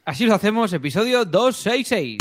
Así lo hacemos, episodio 266.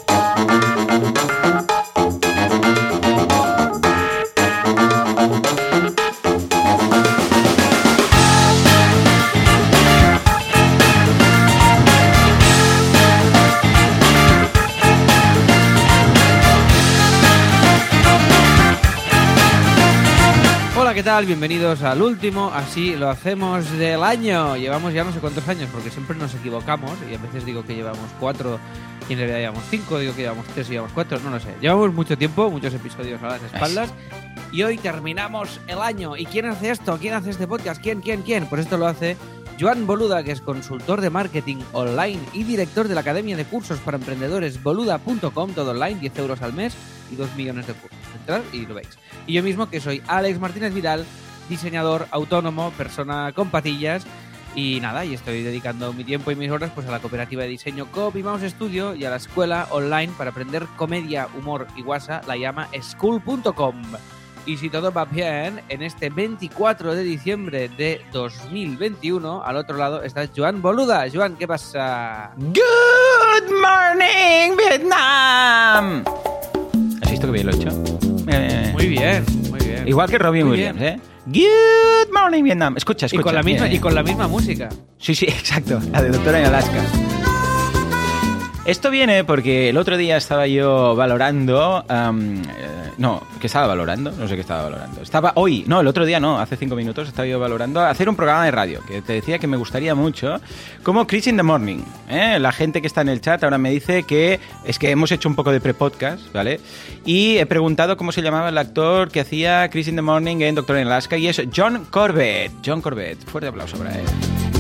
Hola, ¿qué tal? Bienvenidos al último Así lo hacemos del año. Llevamos ya no sé cuántos años, porque siempre nos equivocamos y a veces digo que llevamos 4 y en realidad llevamos 5, digo que llevamos 3 y llevamos 4, no lo sé. Llevamos mucho tiempo, muchos episodios a las espaldas y hoy terminamos el año. ¿Y quién hace esto? ¿Quién hace este podcast? ¿Quién? Pues esto lo hace Joan Boluda, que es consultor de marketing online y director de la Academia de Cursos para Emprendedores boluda.com, todo online, 10 euros al mes y 2 millones de cursos. Entrad y lo veis. Y yo mismo, que soy Alex Martínez Vidal, diseñador autónomo, persona con patillas, y nada, y estoy dedicando mi tiempo y mis horas pues a la cooperativa de diseño Copy Mouse Studio y a la escuela online para aprender comedia, humor y guasa, la llama school.com. Y si todo va bien, en este 24 de diciembre de 2021, al otro lado está Joan Boluda. Joan, ¿qué pasa? Good morning, Vietnam. ¿Has visto que bien lo he hecho? Muy bien, muy bien. Igual que Robin Muy Williams, bien. Good morning, Vietnam. Escucha. Y con la misma música. Sí, exacto. La de Doctora en Alaska. Esto viene porque el otro día estaba yo valorando... ¿qué estaba valorando? No sé qué estaba valorando. El otro día no, hace 5 minutos estaba yo valorando hacer un programa de radio, que te decía que me gustaría mucho, como Chris in the Morning. La gente que está en el chat ahora me dice que es que hemos hecho un poco de pre-podcast, ¿vale? Y he preguntado cómo se llamaba el actor que hacía Chris in the Morning en Doctor en Alaska, y es John Corbett. John Corbett. Fuerte aplauso para él.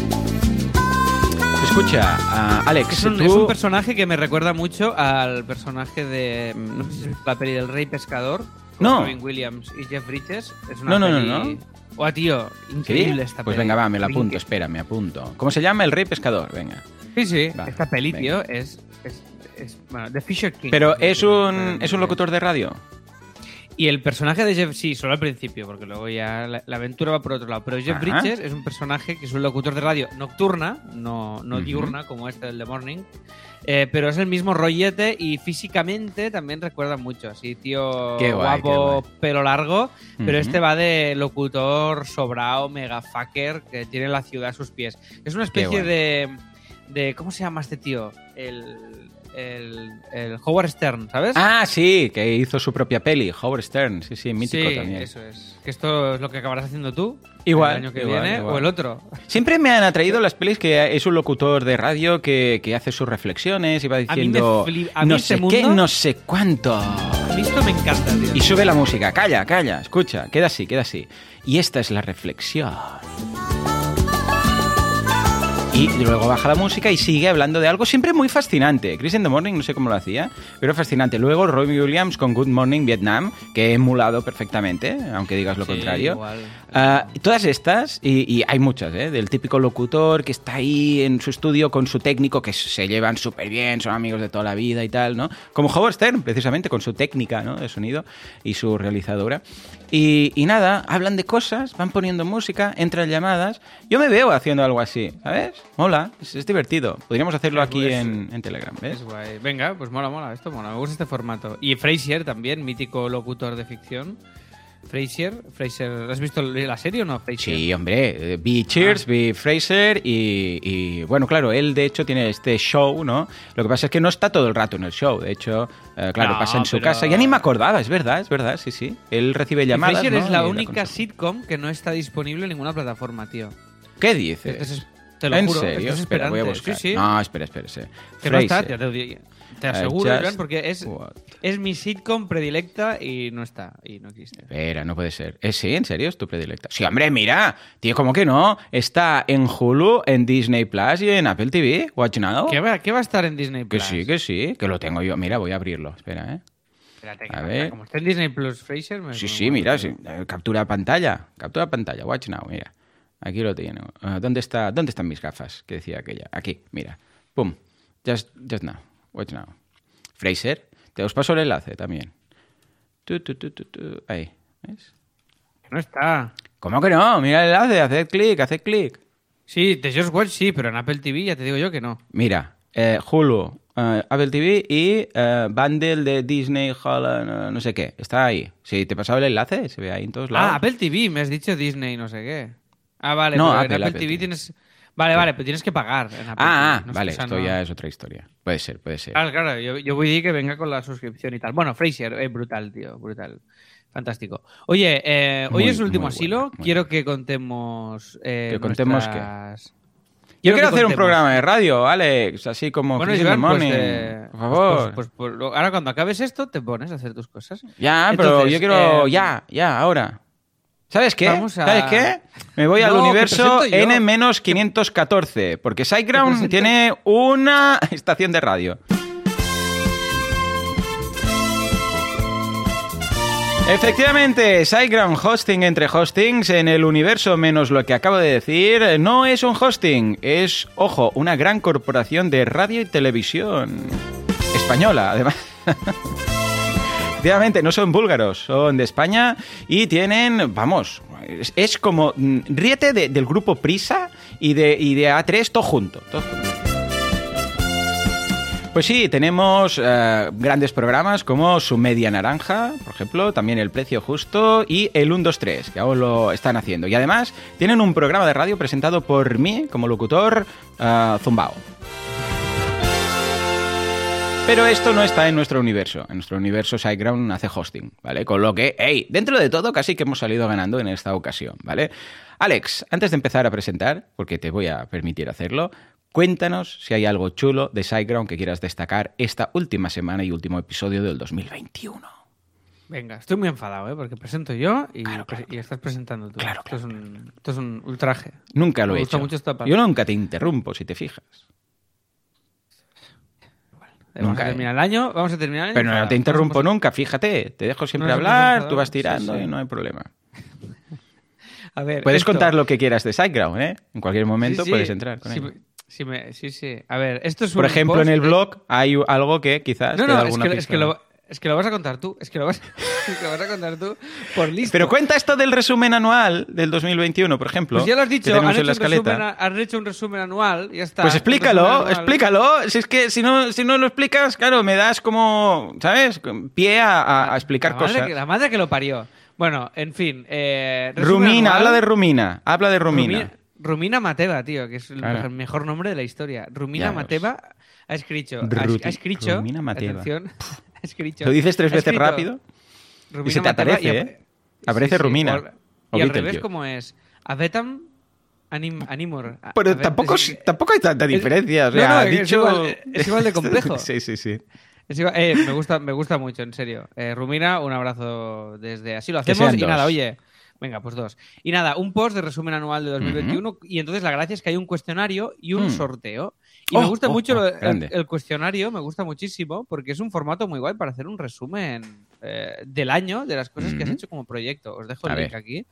Escucha, Alex, es un personaje que me recuerda mucho al personaje de... No sé si es la peli del Rey Pescador. No. Robin Williams y Jeff Bridges. Es una No. peli... ¡Oh, tío! Increíble esta peli. Pues venga, va, me la apunto, espera, me apunto. ¿Cómo se llama? El Rey Pescador, venga. Sí. Va, esta peli, venga. tío, es bueno, The Fisher King. Pero es un locutor de radio. Y el personaje de Jeff, sí, solo al principio, porque luego ya la aventura va por otro lado. Pero Jeff Bridges es un personaje que es un locutor de radio nocturna, no diurna, como este del The Morning. Pero es el mismo rollete y físicamente también recuerda mucho. Así, tío, qué guay, guapo, qué guay. Pelo largo. Pero este va de locutor sobrao, mega fucker, que tiene la ciudad a sus pies. Es una especie de... ¿Cómo se llama este tío? El Howard Stern, ¿sabes? Ah, sí, que hizo su propia peli, Howard Stern, sí, mítico también. Eso es. Que esto es lo que acabarás haciendo tú igual, el año que viene o el otro. Siempre me han atraído las pelis que es un locutor de radio que hace sus reflexiones y va diciendo no sé qué, no sé cuánto. A mí esto me encanta, tío. Y sube la música, calla, escucha, queda así. Y esta es la reflexión. Y luego baja la música y sigue hablando de algo siempre muy fascinante. Chris in the Morning, no sé cómo lo hacía, pero fascinante. Luego Robin Williams con Good Morning Vietnam, que he emulado perfectamente, aunque digas lo contrario. Todas estas, y hay muchas, del típico locutor que está ahí en su estudio con su técnico, que se llevan súper bien, son amigos de toda la vida y tal, ¿no? Como Howard Stern, precisamente, con su técnica, ¿no?, de sonido y su realizadora. Y nada, hablan de cosas, van poniendo música, entran llamadas. Yo me veo haciendo algo así, ¿sabes? Mola, es divertido. Podríamos hacerlo aquí en Telegram, ¿ves? Es guay. Venga, pues mola, esto mola. Me gusta este formato. Y Frasier también, mítico locutor de ficción. Frasier, ¿has visto la serie o no? Frasier. Sí, hombre, vi Cheers, vi Frasier y bueno, claro, él de hecho tiene este show, ¿no? Lo que pasa es que no está todo el rato en el show, de hecho, claro, pasa en su casa. Ya ni me acordaba, es verdad, sí. Él recibe llamadas, Frasier, ¿no?, es la única sitcom que no está disponible en ninguna plataforma, tío. ¿Qué dices? Entonces, te lo ¿En juro, serio? Espera, voy a buscar. Sí. No, espera. Que no está, te aseguro, Joan, porque es mi sitcom predilecta y no está, y no existe. Espera, no puede ser. ¿Sí? ¿En serio es tu predilecta? Sí, hombre, mira, tío, ¿cómo que no? Está en Hulu, en Disney Plus y en Apple TV. Watch Now. ¿Qué va a estar en Disney Plus? Que sí, que lo tengo yo. Mira, voy a abrirlo. Espera, Espérate, a ver. Como está en Disney Plus Frasier... Sí, mira, sí. Captura pantalla, Watch Now, mira. Aquí lo tengo. ¿Dónde están mis gafas? Que decía aquella. Aquí, mira. Pum. Just now. Watch Now. Frasier. Te os paso el enlace también. Ahí. ¿Ves? No está. ¿Cómo que no? Mira el enlace. Haced clic. Sí, de Just Watch sí, pero en Apple TV ya te digo yo que no. Mira. Hulu, Apple TV y bundle de Disney, Holland, no sé qué. Está ahí. Si te pasaba el enlace, se ve ahí en todos lados. Apple TV, me has dicho Disney, no sé qué. Vale, No, pero Apple, en Apple Apple TV TV. tienes... Vale, pero tienes que pagar en Apple TV. No, Vale, o sea, esto no- ya es otra historia. Puede ser. Claro, yo voy a decir que venga con la suscripción y tal. Bueno, Frasier, brutal, tío, brutal. Fantástico. Oye, hoy es el último muy asilo. buena, muy Quiero buena. que contemos. ¿Que contemos qué? nuestras... Yo quiero que hacer un contemos. programa de radio, Alex, así como Bueno, Chris in the Iván, pues, Morning. Por favor. ahora cuando acabes esto, te pones a hacer tus cosas. Ya, pero Entonces, yo quiero ya, ahora. ¿Sabes qué? Vamos a- ¿Sabes qué? Me voy al No, que universo presento yo. N-514, porque SiteGround presento- tiene una estación de radio. Efectivamente, SiteGround Hosting entre hostings en el universo menos lo que acabo de decir no es un hosting, es, ojo, una gran corporación de radio y televisión española, además. Efectivamente, no son búlgaros, son de España y tienen, vamos, es como ríete del grupo Prisa y de A3 todo junto. Pues sí, tenemos grandes programas como Su Media Naranja, por ejemplo, también El Precio Justo y El 1, 2, 3, que aún lo están haciendo. Y además tienen un programa de radio presentado por mí como locutor, Zumbao. Pero esto no está en nuestro universo. En nuestro universo SiteGround hace hosting, ¿vale? Con lo que, hey, dentro de todo casi que hemos salido ganando en esta ocasión, ¿vale? Alex, antes de empezar a presentar, porque te voy a permitir hacerlo, cuéntanos si hay algo chulo de SiteGround que quieras destacar esta última semana y último episodio del 2021. Venga, estoy muy enfadado, porque presento yo y, Claro. y estás presentando tú. Claro, Esto es un ultraje. Nunca lo Me he gusta hecho. mucho esta parte. Yo nunca te interrumpo, si te fijas. Vamos Nunca, a terminar el año. Vamos a terminar el año. Pero no enfadado. te interrumpo Vamos a- nunca, fíjate. Te dejo siempre Nos hemos hablar, enfadado. tú vas tirando Sí, sí. y no hay problema. A ver, Puedes esto- contar lo que quieras de SiteGround, ¿eh? En cualquier momento Sí, sí. puedes entrar con Sí, ello. sí. A ver, esto es Por un ejemplo, post- en el blog hay algo que quizás No, te da no, alguna es pista. que lo vas a contar tú. Es que lo vas, es que lo vas a contar tú por listo. Pero cuenta esto del resumen anual del 2021, por ejemplo. Pues ya lo has que dicho, tenemos han en la hecho, un resumen, escaleta. has hecho un resumen anual, ya está. Pues Un explícalo, resumen anual. explícalo. Si es que si no lo explicas, claro, me das como, ¿sabes? Pie a explicar cosas. La madre que lo parió. Bueno, en fin. resumen Rumina, anual. habla de Rumina. Rumina Mateva, tío, que es el Claro. mejor nombre de la historia. Rumina Ya Mateva ha escrito. Ruti- Ha escrito. Rumina Mateva. Atención. Ha escrito. Lo dices 3 ha veces escrito rápido Rumina y se te Mateva aparece, ¿eh? Aparece Rumina. O Y al Beetlejuice. revés, como es. Avetam Animor. Pero tampoco hay tanta diferencia. O sea, No, ha es dicho... es igual de complejo. sí. Es igual- me gusta mucho, en serio. Rumina, un abrazo desde Así lo Que hacemos. sean Y nada, dos. oye, venga, pues 2. Y nada, un post de resumen anual de 2021. Y entonces la gracia es que hay un cuestionario y un sorteo. Y me gusta mucho grande. el cuestionario, me gusta muchísimo, porque es un formato muy guay para hacer un resumen del año, de las cosas que has hecho como proyecto. Os dejo el A link ver. aquí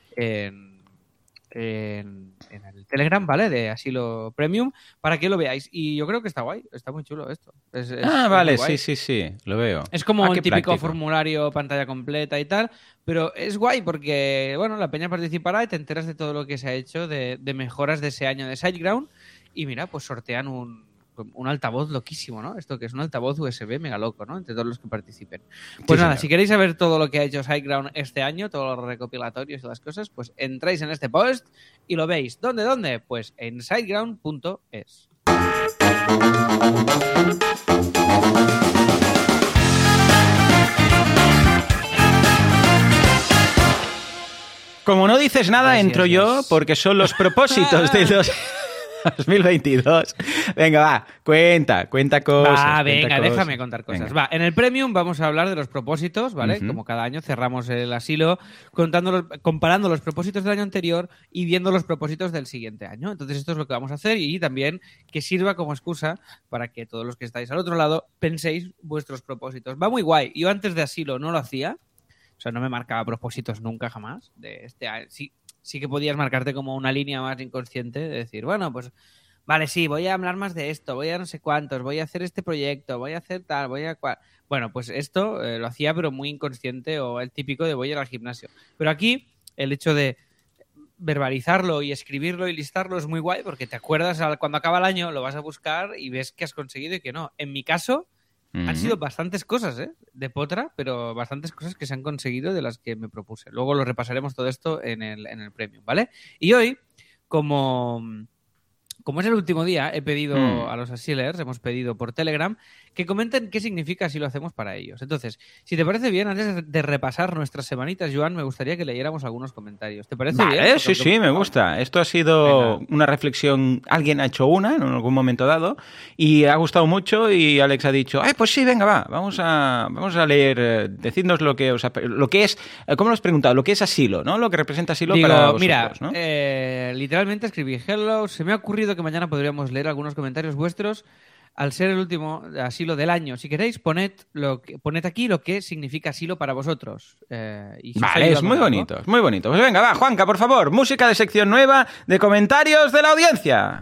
en el Telegram, ¿vale? De Asilo Premium, para que lo veáis. Y yo creo que está guay, está muy chulo esto. Es Vale, muy guay. sí, lo veo. Es como qué un típico práctico. formulario pantalla completa y tal, pero es guay porque, bueno, la peña participará y te enteras de todo lo que se ha hecho de mejoras de ese año de SiteGround y mira, pues sortean un altavoz loquísimo, ¿no? Esto que es un altavoz USB mega loco, ¿no? Entre todos los que participen. Pues Sí, nada, señor. si queréis saber todo lo que ha hecho SiteGround este año, todos los recopilatorios y las cosas, pues entráis en este post y lo veis. ¿Dónde? Pues en siteground.es. Como no dices nada, Gracias, entro yo, Dios. porque son los propósitos de 2022. Venga, va, cuenta cosas. Va, cuenta venga, cosas. déjame contar cosas. Venga. Va, en el Premium vamos a hablar de los propósitos, ¿vale? Ujú. Como cada año cerramos el asilo comparando los propósitos del año anterior y viendo los propósitos del siguiente año. Entonces esto es lo que vamos a hacer y también que sirva como excusa para que todos los que estáis al otro lado penséis vuestros propósitos. Va muy guay. Yo antes de asilo no lo hacía. O sea, no me marcaba propósitos nunca jamás. De este año. Sí que podías marcarte como una línea más inconsciente de decir, bueno, pues vale, sí, voy a hablar más de esto, voy a no sé cuántos, voy a hacer este proyecto, voy a hacer tal, voy a cual. Bueno, pues esto lo hacía pero muy inconsciente o el típico de voy a ir al gimnasio. Pero aquí el hecho de verbalizarlo y escribirlo y listarlo es muy guay porque te acuerdas cuando acaba el año, lo vas a buscar y ves que has conseguido y que no. En mi caso, han sido bastantes cosas, de potra, pero bastantes cosas que se han conseguido de las que me propuse. Luego lo repasaremos todo esto en el Premium, ¿vale? Y hoy, como es el último día, he pedido a los Asilers, hemos pedido por Telegram, que comenten qué significa si lo hacemos para ellos. Entonces, si te parece bien, antes de repasar nuestras semanitas, Joan, me gustaría que leyéramos algunos comentarios. ¿Te parece bien? Sí, me gusta. Esto ha sido una reflexión, alguien ha hecho una en algún momento dado y ha gustado mucho y Alex ha dicho, pues sí, venga, va, vamos a leer, decidnos lo que es, ¿cómo lo has preguntado? Lo que es asilo, ¿no? Lo que representa asilo para vosotros, mira, ¿no? Literalmente escribí, hello, se me ha ocurrido que mañana podríamos leer algunos comentarios vuestros al ser el último asilo del año. Si queréis, poned aquí lo que significa asilo para vosotros. Vale, es muy bonito, es muy bonito. Pues venga, va, Juanca, por favor, música de sección nueva de comentarios de la audiencia.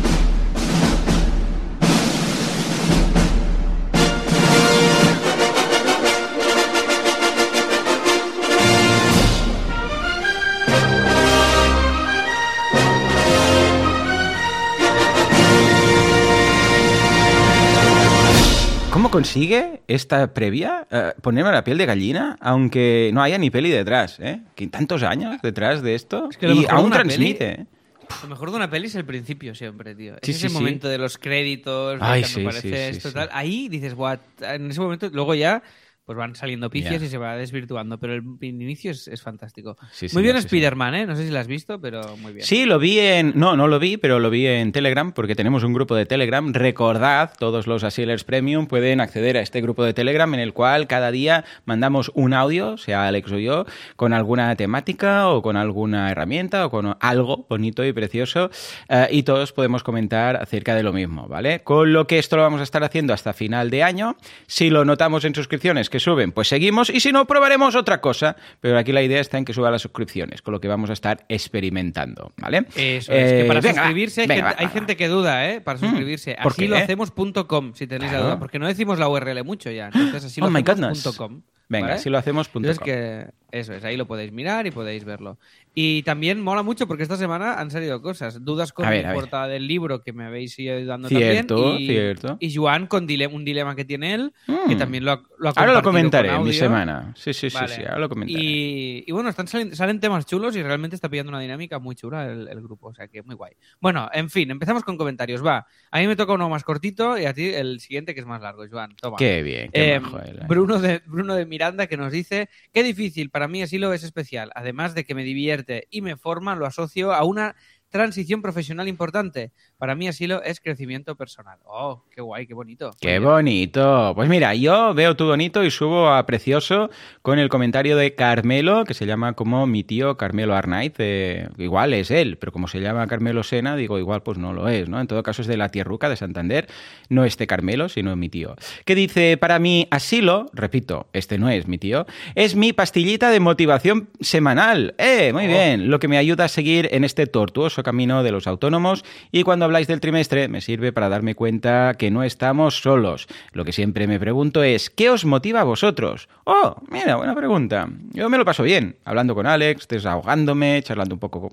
¿Cómo consigue esta previa ponerme la piel de gallina, aunque no haya ni peli detrás? Que tantos años detrás de esto es que y aún transmite. Lo mejor de una peli es el principio siempre, tío. Sí, es ese momento de los créditos, Ay, cuando aparece esto, tal. Ahí dices, what? En ese momento, luego ya pues van saliendo picias y se va desvirtuando, pero el inicio es fantástico. Muy bien Spider-Man, no sé si lo has visto, pero muy bien. Sí, lo vi no lo vi, pero lo vi en Telegram, porque tenemos un grupo de Telegram. Recordad, todos los Asilers Premium pueden acceder a este grupo de Telegram en el cual cada día mandamos un audio, sea Alex o yo, con alguna temática o con alguna herramienta o con algo bonito y precioso, y todos podemos comentar acerca de lo mismo, ¿vale? Con lo que esto lo vamos a estar haciendo hasta final de año. Si lo notamos en suscripciones que suben, pues seguimos, y si no, probaremos otra cosa, pero aquí la idea está en que suba las suscripciones, con lo que vamos a estar experimentando, ¿vale? Eso es, que para suscribirse hay gente que duda, para suscribirse. Así lo hacemos.com, si tenéis la duda, porque no decimos la URL mucho ya, entonces así lo hacemos.com. Venga, ¿vale? si lo hacemos.com. Entonces que eso es, ahí lo podéis mirar y podéis verlo. Y también mola mucho porque esta semana han salido cosas. Dudas con la portada del libro, que me habéis ido ayudando también. Cierto. Y Joan con un dilema que tiene él, que también lo ha compartido. Ahora lo comentaré en mi audio. semana. Sí, ahora lo comentaré. Y bueno, salen temas chulos y realmente está pillando una dinámica muy chula el grupo, o sea que muy guay. Bueno, en fin, empezamos con comentarios, va. A mí me toca uno más cortito y a ti el siguiente que es más largo, Joan. Toma. Qué bien, qué majo. Bruno de Miranda, que nos dice: qué difícil, para mí asilo es especial. Además de que me divierte y me forma, lo asocio a una transición profesional importante. Para mí asilo es crecimiento personal. Oh, qué guay, qué bonito. Qué bonito. Pues mira, yo veo tu bonito y subo a precioso con el comentario de Carmelo, que se llama como mi tío Carmelo Arnaiz. Igual es él, pero como se llama Carmelo Sena, digo, igual pues no lo es, ¿no? En todo caso es de la Tierruca de Santander, no este Carmelo, sino mi tío. Que dice, para mí asilo, repito, este no es mi tío, es mi pastillita de motivación semanal. Muy bien, lo que me ayuda a seguir en este tortuoso camino de los autónomos, y cuando habláis del trimestre me sirve para darme cuenta que no estamos solos. Lo que siempre me pregunto es, ¿qué os motiva a vosotros? Oh, mira, buena pregunta. Yo me lo paso bien, hablando con Alex, desahogándome, charlando un poco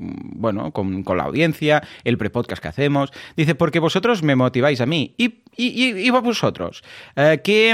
con la audiencia, el prepodcast que hacemos. Dice, porque vosotros me motiváis a mí. ¿Y vosotros? Que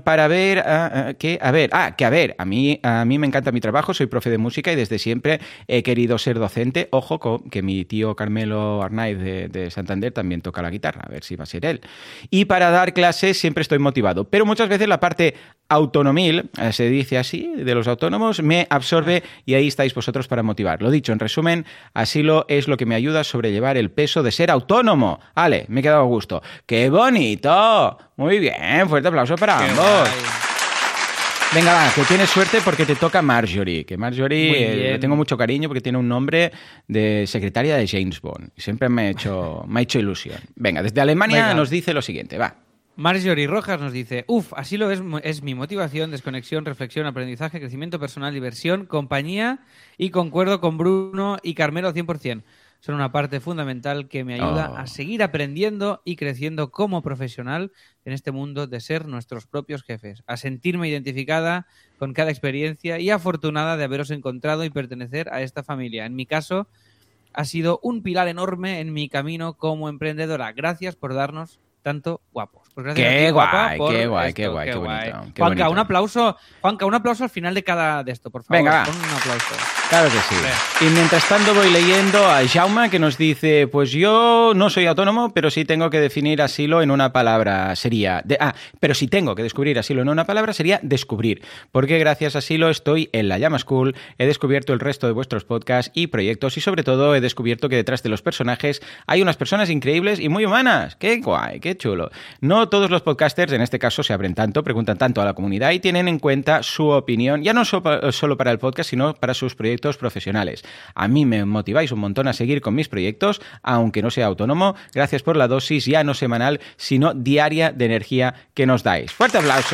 a mí me encanta mi trabajo, soy profe de música y desde siempre he querido ser docente. Ojo, que mi tío Carmelo Arnaiz de Santander también toca la guitarra, a ver si va a ser él. Y para dar clases siempre estoy motivado, pero muchas veces la parte autonomil, se dice así, de los autónomos, me absorbe y ahí estáis vosotros para motivar. Lo dicho, en resumen, asilo es lo que me ayuda a sobrellevar el peso de ser autónomo. Vale, me he quedado a gusto. ¡Qué bonito! Muy bien, fuerte aplauso para ambos. Venga, va, que tienes suerte porque te toca Marjorie. Que Marjorie le tengo mucho cariño porque tiene un nombre de secretaria de James Bond. Siempre me ha hecho ilusión. Venga, desde Alemania nos dice lo siguiente, va. Marjorie Rojas nos dice, asilo es mi motivación, desconexión, reflexión, aprendizaje, crecimiento personal, diversión, compañía, y concuerdo con Bruno y Carmelo 100%. Son una parte fundamental que me ayuda a seguir aprendiendo y creciendo como profesional en este mundo de ser nuestros propios jefes, a sentirme identificada con cada experiencia y afortunada de haberos encontrado y pertenecer a esta familia. En mi caso, ha sido un pilar enorme en mi camino como emprendedora. Gracias por darnos tanto guapos. Pues gracias a ti, Qué guapa, guay, qué esto, bonito. Qué Juanca, bonito. un aplauso al final de cada de esto, por favor. Venga, va. Pon un aplauso. Claro que sí. Y mientras tanto voy leyendo a Jaume, que nos dice, pues yo no soy autónomo, pero sí tengo que definir asilo en una palabra. Pero si tengo que descubrir asilo en una palabra, sería descubrir. Porque gracias a Asilo estoy en la Llama School, he descubierto el resto de vuestros podcasts y proyectos y sobre todo he descubierto que detrás de los personajes hay unas personas increíbles y muy humanas. ¡Qué guay! ¡Qué chulo! No todos los podcasters, en este caso, se abren tanto, preguntan tanto a la comunidad y tienen en cuenta su opinión, ya no solo para el podcast, sino para sus proyectos profesionales. A mí me motiváis un montón a seguir con mis proyectos, aunque no sea autónomo. Gracias por la dosis ya no semanal, sino diaria de energía que nos dais. ¡Fuerte aplauso!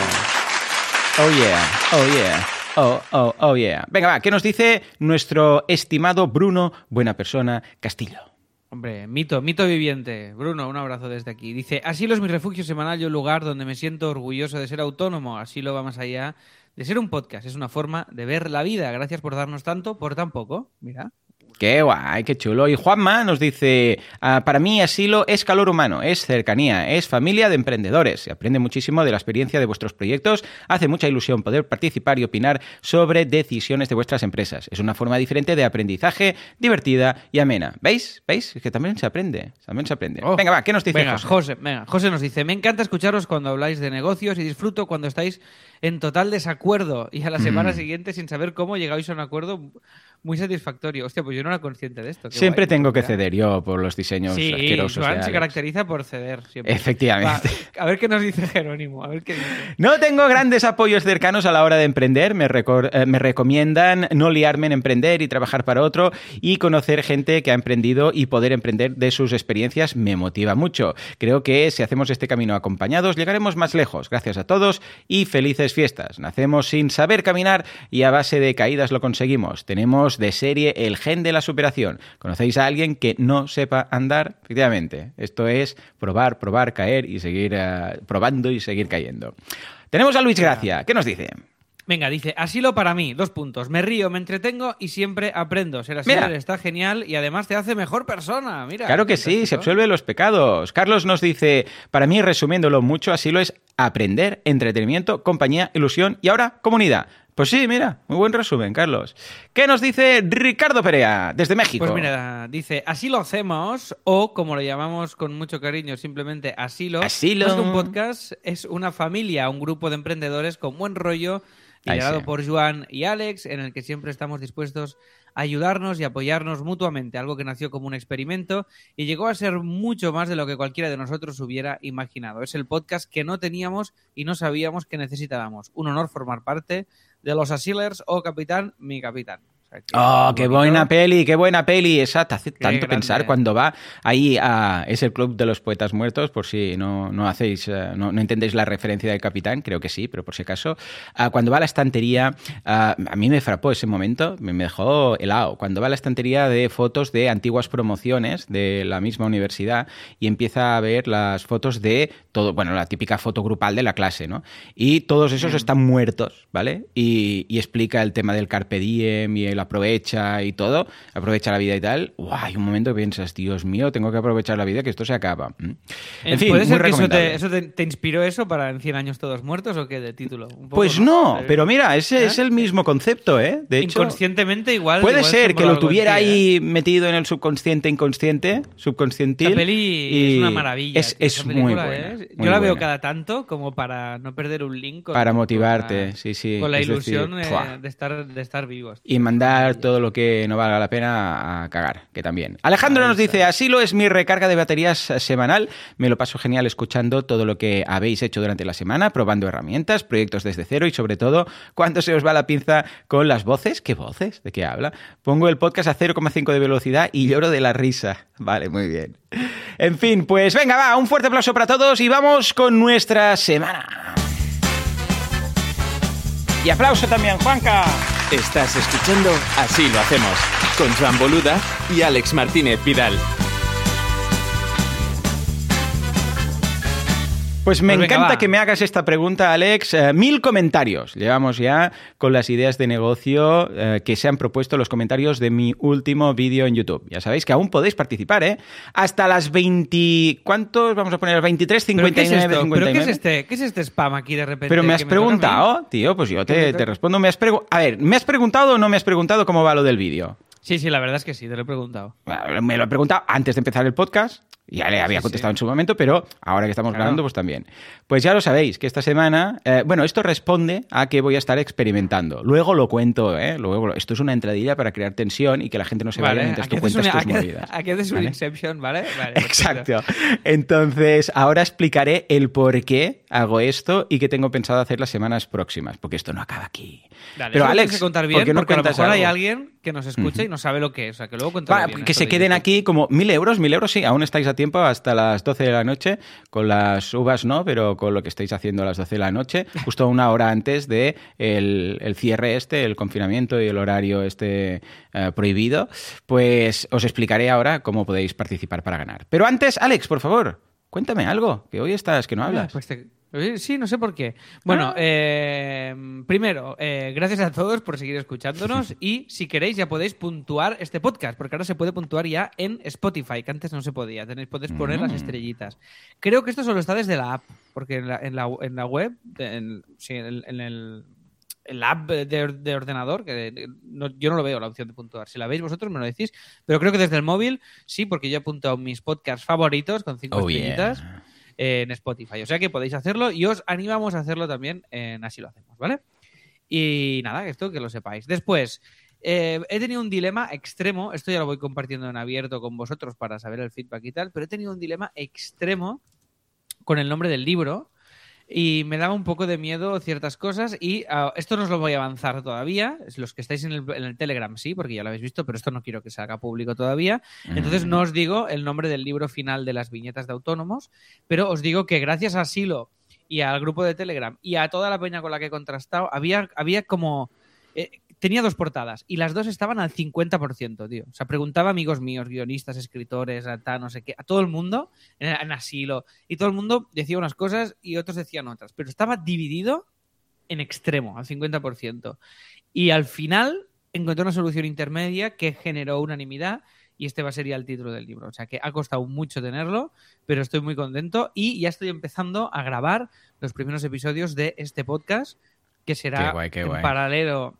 Oh yeah, oh yeah, oh yeah. Venga, va, ¿qué nos dice nuestro estimado Bruno, buena persona, Castillo? Hombre, mito viviente. Bruno, un abrazo desde aquí. Dice, Asilo es mi refugio semanal y un lugar donde me siento orgulloso de ser autónomo. Asilo va más allá de ser un podcast. Es una forma de ver la vida. Gracias por darnos tanto por tan poco. Mira. Qué guay, qué chulo. Y Juanma nos dice, para mí Asilo es calor humano, es cercanía, es familia de emprendedores. Se aprende muchísimo de la experiencia de vuestros proyectos. Hace mucha ilusión poder participar y opinar sobre decisiones de vuestras empresas. Es una forma diferente de aprendizaje, divertida y amena. ¿Veis? ¿Veis? Es que también se aprende. También se aprende. Oh, venga, va, ¿qué nos dice José? José nos dice, me encanta escucharos cuando habláis de negocios y disfruto cuando estáis en total desacuerdo y a la semana siguiente sin saber cómo llegáis a un acuerdo muy satisfactorio. Hostia, pues yo no era consciente de esto. Siempre tengo que ceder yo por los diseños asquerosos. Sí, Joan se caracteriza por ceder siempre. Efectivamente. Va, a ver qué nos dice Jerónimo. A ver qué dice. No tengo grandes apoyos cercanos a la hora de emprender. Me recomiendan no liarme en emprender y trabajar para otro y conocer gente que ha emprendido y poder emprender de sus experiencias me motiva mucho. Creo que si hacemos este camino acompañados llegaremos más lejos. Gracias a todos y felices fiestas. Nacemos sin saber caminar y a base de caídas lo conseguimos. Tenemos de serie el gen de la superación. ¿Conocéis a alguien que no sepa andar? Efectivamente, esto es probar, caer y seguir probando y seguir cayendo. Tenemos a Luis Gracia. ¿Qué nos dice? Venga, dice, Asilo para mí, 2 puntos. Me río, me entretengo y siempre aprendo. Ser Asilo está genial y además te hace mejor persona. Mira. Claro que sí, se absuelve los pecados. Carlos nos dice, para mí, resumiéndolo mucho, Asilo es aprender, entretenimiento, compañía, ilusión y ahora comunidad. Pues sí, mira, muy buen resumen, Carlos. ¿Qué nos dice Ricardo Perea, desde México? Pues mira, dice, así lo hacemos, o como lo llamamos con mucho cariño, simplemente Asilo. Asilo. Más que un podcast, es una familia, un grupo de emprendedores con buen rollo, liderado por Joan y Alex, en el que siempre estamos dispuestos a ayudarnos y apoyarnos mutuamente, algo que nació como un experimento y llegó a ser mucho más de lo que cualquiera de nosotros hubiera imaginado. Es el podcast que no teníamos y no sabíamos que necesitábamos. Un honor formar parte de los Asilers o Capitán, mi capitán. Qué buena peli, exacto. Hace tanto pensar cuando va ahí es el Club de los Poetas Muertos, por si no hacéis, no entendéis la referencia del capitán, creo que sí, pero por si acaso, cuando va a la estantería, a mí me frapó ese momento, me dejó helado, cuando va a la estantería de fotos de antiguas promociones de la misma universidad y empieza a ver las fotos de todo, bueno, la típica foto grupal de la clase, ¿no? Y todos esos están muertos, ¿vale? Y explica el tema del carpe diem y el aprovecha y todo, aprovecha la vida y tal. Hay un momento que piensas, Dios mío, tengo que aprovechar la vida, que esto se acaba. En fin, ¿puede muy ser que recomendable. eso te inspiró eso para en 100 años todos muertos o qué de título? Un poco, Pues no, pero mira, ese es el mismo concepto, ¿eh? De hecho, inconscientemente igual. Puede ser que lo tuviera ahí metido en el subconscientil. La peli es una maravilla. Es muy buena. Yo la veo cada tanto como para no perder un link. Para motivarte, sí. Con la es ilusión decir, de estar vivos. Y mandar todo lo que no valga la pena a cagar, que también. Alejandro nos dice, Asilo es mi recarga de baterías semanal, me lo paso genial escuchando todo lo que habéis hecho durante la semana, probando herramientas, proyectos desde cero y sobre todo cuando se os va la pinza con las voces. ¿Qué voces? ¿De qué habla? Pongo el podcast a 0,5 de velocidad y lloro de la risa. Vale, muy bien. En fin, pues venga, va, un fuerte aplauso para todos y vamos con nuestra semana. Y aplauso también, Juanca. Estás escuchando Así lo hacemos, con Joan Boluda y Alex Martínez Vidal. Pues me Pues venga, encanta va. que me hagas esta pregunta, Alex. 1000 comentarios. Llevamos ya con las ideas de negocio que se han propuesto los comentarios de mi último vídeo en YouTube. Ya sabéis que aún podéis participar, ¿eh? Hasta las 20... ¿Cuántos? Vamos a poner 23, ¿Pero qué es 59, esto? 59. ¿Pero qué es este spam aquí de repente? Pero me has que toca a mí? preguntado, tío, pues yo te respondo. A ver, ¿me has preguntado o no me has preguntado cómo va lo del vídeo? Sí, la verdad es que sí, te lo he preguntado. Bueno, me lo he preguntado antes de empezar el podcast. Ya le había contestado en su momento, pero ahora que estamos grabando, pues también. Pues ya lo sabéis, que esta semana... esto responde a que voy a estar experimentando. Luego lo cuento, ¿eh? Esto es una entradilla para crear tensión y que la gente no se vaya mientras tú cuentas tus movidas. Aquí haces un ¿vale? Inception, ¿vale? Vale, Exacto. Entonces, ahora explicaré el por qué hago esto y qué tengo pensado hacer las semanas próximas, porque esto no acaba aquí. Dale, Pero eso lo Alex, tienes que contar bien, ¿por qué no porque a lo cuentas mejor hay algo? alguien que nos escucha y no sabe lo que es. O sea, que luego cuéntalo bien. Que esto se de queden YouTube. aquí como 1.000 euros. 1.000 euros, sí, aún estáis a tiempo hasta las 12 de la noche. Con las uvas no, pero con lo que estáis haciendo a las 12 de la noche, justo una hora antes de el cierre el confinamiento y el horario prohibido, pues os explicaré ahora cómo podéis participar para ganar. Pero antes, Alex, por favor, cuéntame algo, que hoy estás que no hablas. Pues sí, no sé por qué. Bueno, primero, gracias a todos por seguir escuchándonos y si queréis ya podéis puntuar este podcast, porque ahora se puede puntuar ya en Spotify, que antes no se podía. Podéis poner las estrellitas. Creo que esto solo está desde la app, porque en la web, en la app de ordenador, yo no lo veo la opción de puntuar. Si la veis vosotros me lo decís, pero creo que desde el móvil sí, porque yo he apuntado mis podcasts favoritos con 5 estrellitas. Yeah. En Spotify. O sea que podéis hacerlo y os animamos a hacerlo también en Así lo hacemos, ¿vale? Y nada, esto que lo sepáis. Después, he tenido un dilema extremo, esto ya lo voy compartiendo en abierto con vosotros para saber el feedback y tal, pero he tenido un dilema extremo con el nombre del libro y me daba un poco de miedo ciertas cosas y esto no os lo voy a avanzar todavía, los que estáis en el Telegram sí, porque ya lo habéis visto, pero esto no quiero que se haga público todavía, entonces no os digo el nombre del libro final de las viñetas de autónomos, pero os digo que gracias a Silo y al grupo de Telegram y a toda la peña con la que he contrastado, había como... tenía 2 portadas y las 2 estaban al 50%, tío. O sea, preguntaba a amigos míos, guionistas, escritores, no sé qué, a todo el mundo, en Asilo, y todo el mundo decía unas cosas y otros decían otras, pero estaba dividido en extremo, al 50%. Y al final encontré una solución intermedia que generó unanimidad y este va a ser ya el título del libro. O sea, que ha costado mucho tenerlo, pero estoy muy contento y ya estoy empezando a grabar los primeros episodios de este podcast, que será Qué guay. en paralelo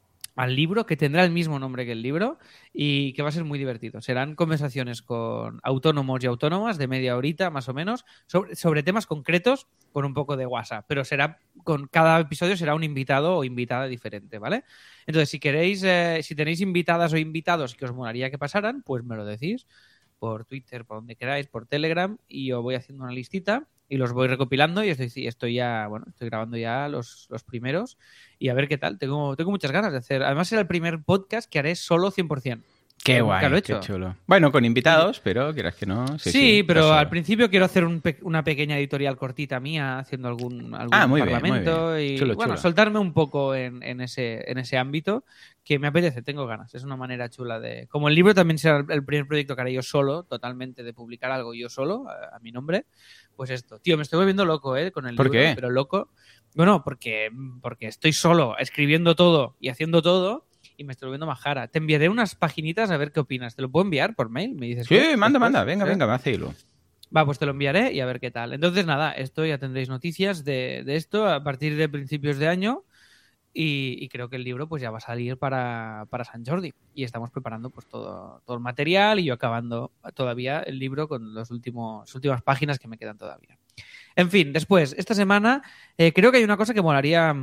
al libro, que tendrá el mismo nombre que el libro y que va a ser muy divertido. Serán conversaciones con autónomos y autónomas de media horita más o menos sobre temas concretos con un poco de WhatsApp, pero con cada episodio será un invitado o invitada diferente, ¿vale? Entonces, si queréis, si tenéis invitadas o invitados que os molaría que pasaran, pues me lo decís por Twitter, por donde queráis, por Telegram y yo voy haciendo una listita y los voy recopilando y estoy grabando ya los primeros y a ver qué tal. Tengo muchas ganas de hacer. Además será el primer podcast que haré solo 100%. Qué Nunca guay, lo he hecho. qué chulo. Bueno, con invitados, pero quieras que no. Sí, pero eso. al principio quiero hacer una pequeña editorial cortita mía, haciendo algún muy bien, parlamento muy bien. y Chulo. soltarme un poco en ese ámbito que me apetece, tengo ganas. Es una manera chula de... Como el libro también será el primer proyecto que haré yo solo, totalmente de publicar algo yo solo, a mi nombre, pues esto. Tío, me estoy volviendo loco, con el libro. ¿Por qué? Pero loco... Bueno, porque estoy solo escribiendo todo y haciendo todo y me estoy volviendo majara. Te enviaré unas paginitas a ver qué opinas. ¿Te lo puedo enviar por mail? ¿Me dices? Sí, ¿qué? manda. Después, Venga, me hace hilo. Va, pues te lo enviaré y a ver qué tal. Entonces, nada, esto ya tendréis noticias de esto a partir de principios de año y creo que el libro pues ya va a salir para San Jordi y estamos preparando pues todo el material y yo acabando todavía el libro con las últimas páginas que me quedan todavía. En fin, después, esta semana creo que hay una cosa que molaría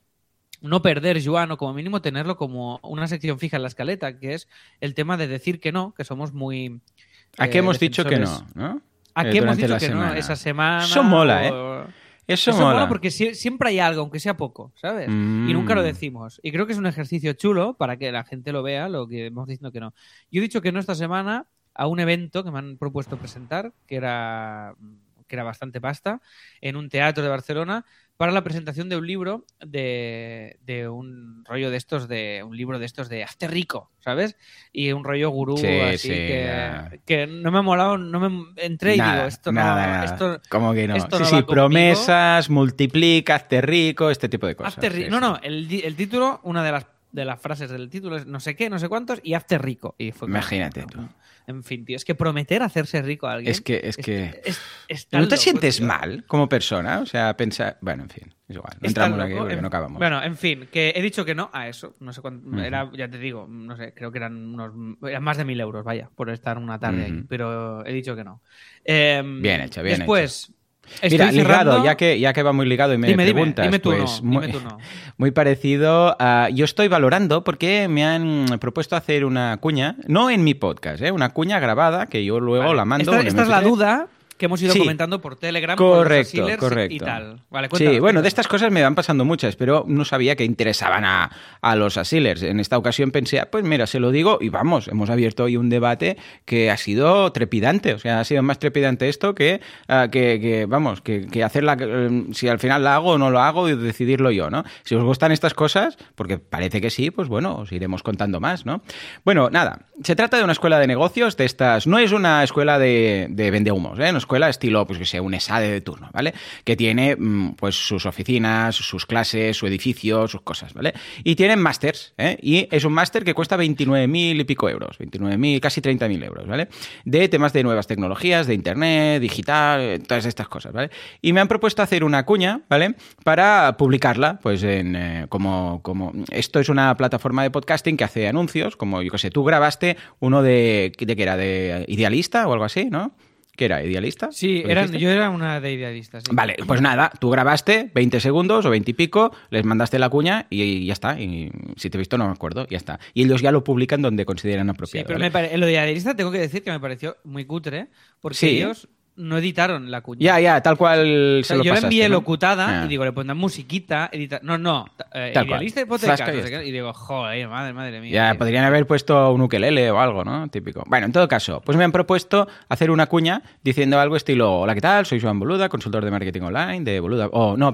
no perder, Joan, o como mínimo tenerlo como una sección fija en la escaleta, que es el tema de decir que no, que somos muy... ¿A qué hemos dicho que defensores. no? ¿A qué hemos Durante dicho la que semana. no esa semana? Eso mola, Eso mola porque siempre hay algo, aunque sea poco, ¿sabes? Y nunca lo decimos. Y creo que es un ejercicio chulo para que la gente lo vea, lo que hemos diciendo que no. Yo he dicho que no esta semana a un evento que me han propuesto presentar, que era bastante pasta, en un teatro de Barcelona, para la presentación de un libro de un rollo de estos, de un libro de estos de hazte rico, ¿sabes? Y un rollo gurú así que no me ha molado, no me entré y digo, esto nada. Esto, ¿Cómo que no? esto Sí, no sí, va promesas, multiplica, hazte rico, este tipo de cosas. Hazte rico. Sí, No, el título, una de las frases del título es no sé qué, no sé cuántos, y hazte rico. Y fue Imagínate tú. En fin, tío, es que prometer hacerse rico a alguien... Es que... es tan ¿No te loco, sientes tío. mal como persona? O sea, pensar... Bueno, en fin, es igual. No entramos aquí porque no acabamos. Bueno, en fin, que he dicho que no a eso. No sé cuánto... Era, ya te digo, no sé, creo que eran más de 1.000 euros, vaya, por estar una tarde ahí. Pero he dicho que no. Bien hecho, bien después, Mira, estoy ligado, cerrando- ya que va muy ligado y me preguntas, dime tú pues no, dime tú no. muy parecido a... Yo estoy valorando porque me han propuesto hacer una cuña, no en mi podcast, una cuña grabada que yo luego Vale. la mando. Esta es la MP3. duda que hemos ido Sí. comentando por Telegram con los Correcto, Asilers correcto. y tal. Vale, Sí, cuéntanos, bueno, de cuéntanos. estas cosas me van pasando muchas, pero no sabía que interesaban a los Asilers. En esta ocasión pensé, pues mira, se lo digo y vamos, hemos abierto hoy un debate que ha sido trepidante. O sea, ha sido más trepidante esto que hacerla, si al final la hago o no lo hago y decidirlo yo, ¿no? Si os gustan estas cosas, porque parece que sí, pues bueno, os iremos contando más, ¿no? Bueno, nada, se trata de una escuela de negocios de estas, no es una escuela de vendehumos, una escuela estilo, pues que sea un ESADE de turno, ¿vale? Que tiene pues sus oficinas, sus clases, su edificio, sus cosas, ¿vale? Y tienen másters, y es un máster que cuesta 29.000 y pico euros, 29.000, casi 30.000 euros, ¿vale? De temas de nuevas tecnologías, de internet, digital, todas estas cosas, ¿vale? Y me han propuesto hacer una cuña, ¿vale? Para publicarla, pues como esto es una plataforma de podcasting que hace anuncios, como yo que sé, tú grabaste uno de ¿qué era? De Idealista o algo así, ¿no? ¿Qué era? ¿Idealista? Sí, ¿Lo dijiste? yo era una de idealistas. Sí. Vale, pues nada, tú grabaste 20 segundos o 20 y pico, les mandaste la cuña y ya está. Y si te he visto, no me acuerdo, ya está. Y ellos ya lo publican donde consideran Sí, apropiado. pero ¿vale? en lo de idealista tengo que decir que me pareció muy cutre porque Sí. ellos no editaron la cuña. Ya, tal cual O se sea, lo yo la pasaste, envié ¿no? locutada Ah. y digo, le pondrán musiquita, No, Tal idealista y cual. podcast. Zasca y no sé ya qué, y digo, joder, madre mía. Ya, tío. podrían haber puesto un ukelele o algo, ¿no? Típico. Bueno, en todo caso, pues me han propuesto hacer una cuña diciendo algo estilo, hola, ¿qué tal? Soy Joan Boluda, consultor de marketing online de Boluda...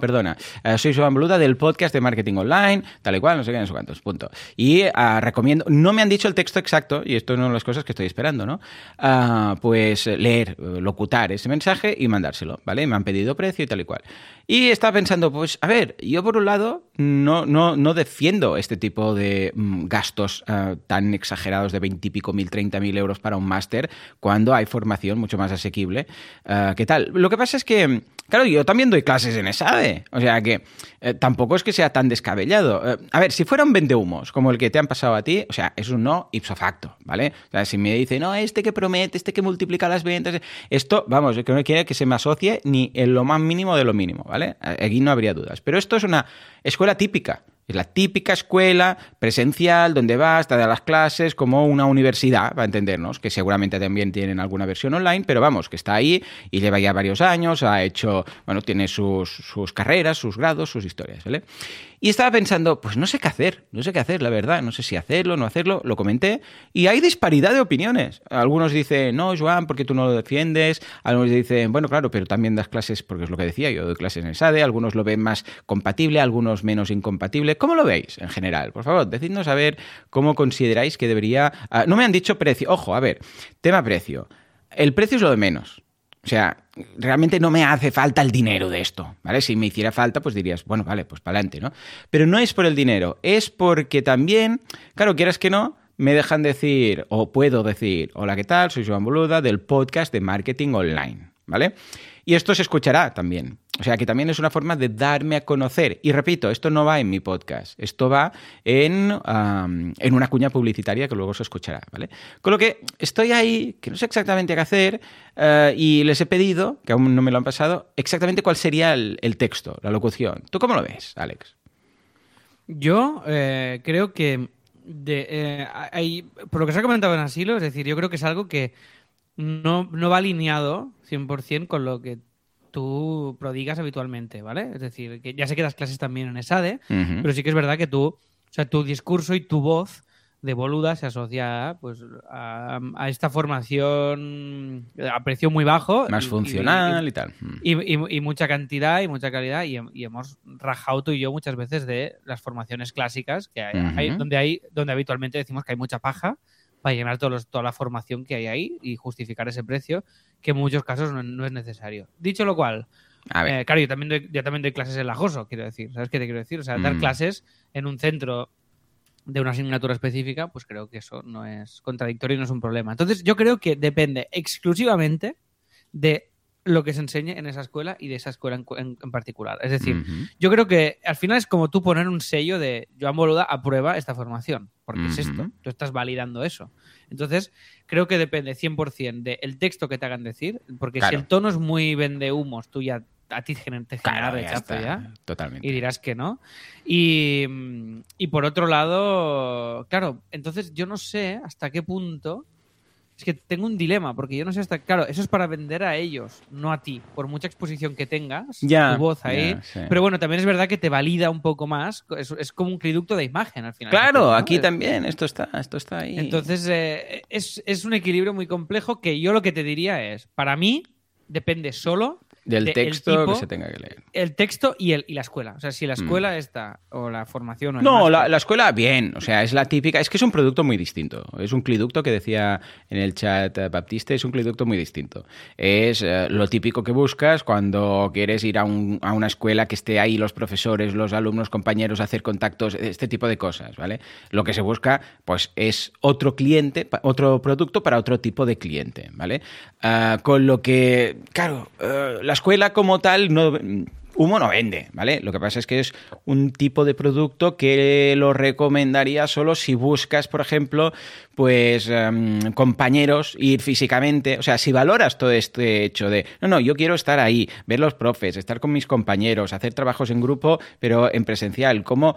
soy Joan Boluda del podcast de marketing online, tal y cual, no sé qué, no sé cuántos, punto. Y recomiendo... No me han dicho el texto exacto, y esto es una de las cosas que estoy esperando, ¿no? Pues leer, locutar ese mensaje y mandárselo, ¿vale? Me han pedido precio y tal y cual. Y estaba pensando, pues, a ver, yo por un lado no defiendo este tipo de gastos tan exagerados de 20 y pico mil, 30.000 euros para un máster cuando hay formación mucho más asequible. ¿Qué tal? Lo que pasa es que, claro, yo también doy clases en ESADE, o sea que tampoco es que sea tan descabellado. A ver, si fuera un vendehumos como el que te han pasado a ti, o sea, es un no ipso facto, ¿vale? O sea, si me dice, no, este que promete, este que multiplica las ventas, esto, vamos, yo que no quiere que se me asocie ni en lo más mínimo de lo mínimo, ¿vale? Aquí no habría dudas. Pero esto es una escuela típica. Es la típica escuela presencial donde vas, te da las clases como una universidad, para entendernos, que seguramente también tienen alguna versión online, pero vamos, que está ahí y lleva ya varios años, ha hecho, bueno, tiene sus carreras, sus grados, sus historias, ¿vale? Y estaba pensando, pues no sé qué hacer, la verdad, no sé si hacerlo, no hacerlo, lo comenté, y hay disparidad de opiniones. Algunos dicen, no, Joan, porque tú no lo defiendes, algunos dicen, bueno, claro, pero también das clases, porque es lo que decía, yo doy clases en el SADE, algunos lo ven más compatible, algunos menos incompatible. ¿Cómo lo veis en general? Por favor, decidnos a ver cómo consideráis que debería... No me han dicho precio, ojo, a ver, tema precio. El precio es lo de menos. O sea, realmente no me hace falta el dinero de esto, ¿vale? Si me hiciera falta, pues dirías, bueno, vale, pues para adelante, ¿no? Pero no es por el dinero, es porque también, claro, quieras que no, me dejan decir, o puedo decir, hola, ¿qué tal? Soy Joan Boluda del podcast de marketing online, ¿vale? Y esto se escuchará también. O sea, que también es una forma de darme a conocer. Y repito, esto no va en mi podcast. Esto va en una cuña publicitaria que luego se escuchará, ¿vale? Con lo que estoy ahí, que no sé exactamente qué hacer, y les he pedido, que aún no me lo han pasado, exactamente cuál sería el texto, la locución. ¿Tú cómo lo ves, Alex? Yo creo que por lo que se ha comentado en Asilo, es decir, yo creo que es algo que no va alineado 100% con lo que tú prodigas habitualmente, ¿vale? Es decir, que ya sé que das clases también en ESADE, Uh-huh. pero sí que es verdad que tú, o sea, tu discurso y tu voz de Boluda se asocia pues a esta formación a precio muy bajo. Más funcional y tal. Y mucha cantidad y mucha calidad. Y hemos rajado tú y yo muchas veces de las formaciones clásicas que hay, donde habitualmente decimos que hay mucha paja para llenar toda la formación que hay ahí y justificar ese precio, que en muchos casos no es necesario. Dicho lo cual, A ver. claro, yo también doy clases en la JOSO, quiero decir. ¿Sabes qué te quiero decir? O sea, dar clases en un centro de una asignatura específica, pues creo que eso no es contradictorio y no es un problema. Entonces, yo creo que depende exclusivamente de lo que se enseñe en esa escuela y de esa escuela en particular. Es decir, yo creo que al final es como tú poner un sello de Joan Boluda aprueba esta formación, porque es esto, tú estás validando eso. Entonces, creo que depende 100% del texto que te hagan decir, porque si el tono es muy vendehumos, tú ya a ti te genera rechazo ya. Totalmente. Y dirás que no. Y por otro lado, claro, entonces yo no sé hasta qué punto. Es que tengo un dilema, porque yo no sé hasta. Claro, eso es para vender a ellos, no a ti. Por mucha exposición que tengas, tu voz ahí. Sí. Pero bueno, también es verdad que te valida un poco más. Es como un cliducto de imagen al final. Claro, ¿no? aquí también, esto está ahí. Entonces, es un equilibrio muy complejo que yo lo que te diría es, para mí, depende solo del texto tipo, que se tenga que leer. El texto y la escuela. O sea, si la escuela está, o la formación... O no, la escuela bien. O sea, es la típica... Es que es un producto muy distinto. Es un cliducto que decía en el chat Baptiste, es un cliducto muy distinto. Es lo típico que buscas cuando quieres ir a una escuela que esté ahí los profesores, los alumnos, compañeros, hacer contactos, este tipo de cosas, ¿vale? Lo que se busca, pues, es otro cliente, otro producto para otro tipo de cliente, ¿vale? Con lo que, claro, la escuela como tal humo no vende, ¿vale? Lo que pasa es que es un tipo de producto que lo recomendaría solo si buscas, por ejemplo, pues compañeros, ir físicamente. O sea, si valoras todo este hecho de, no, yo quiero estar ahí, ver los profes, estar con mis compañeros, hacer trabajos en grupo, pero en presencial, como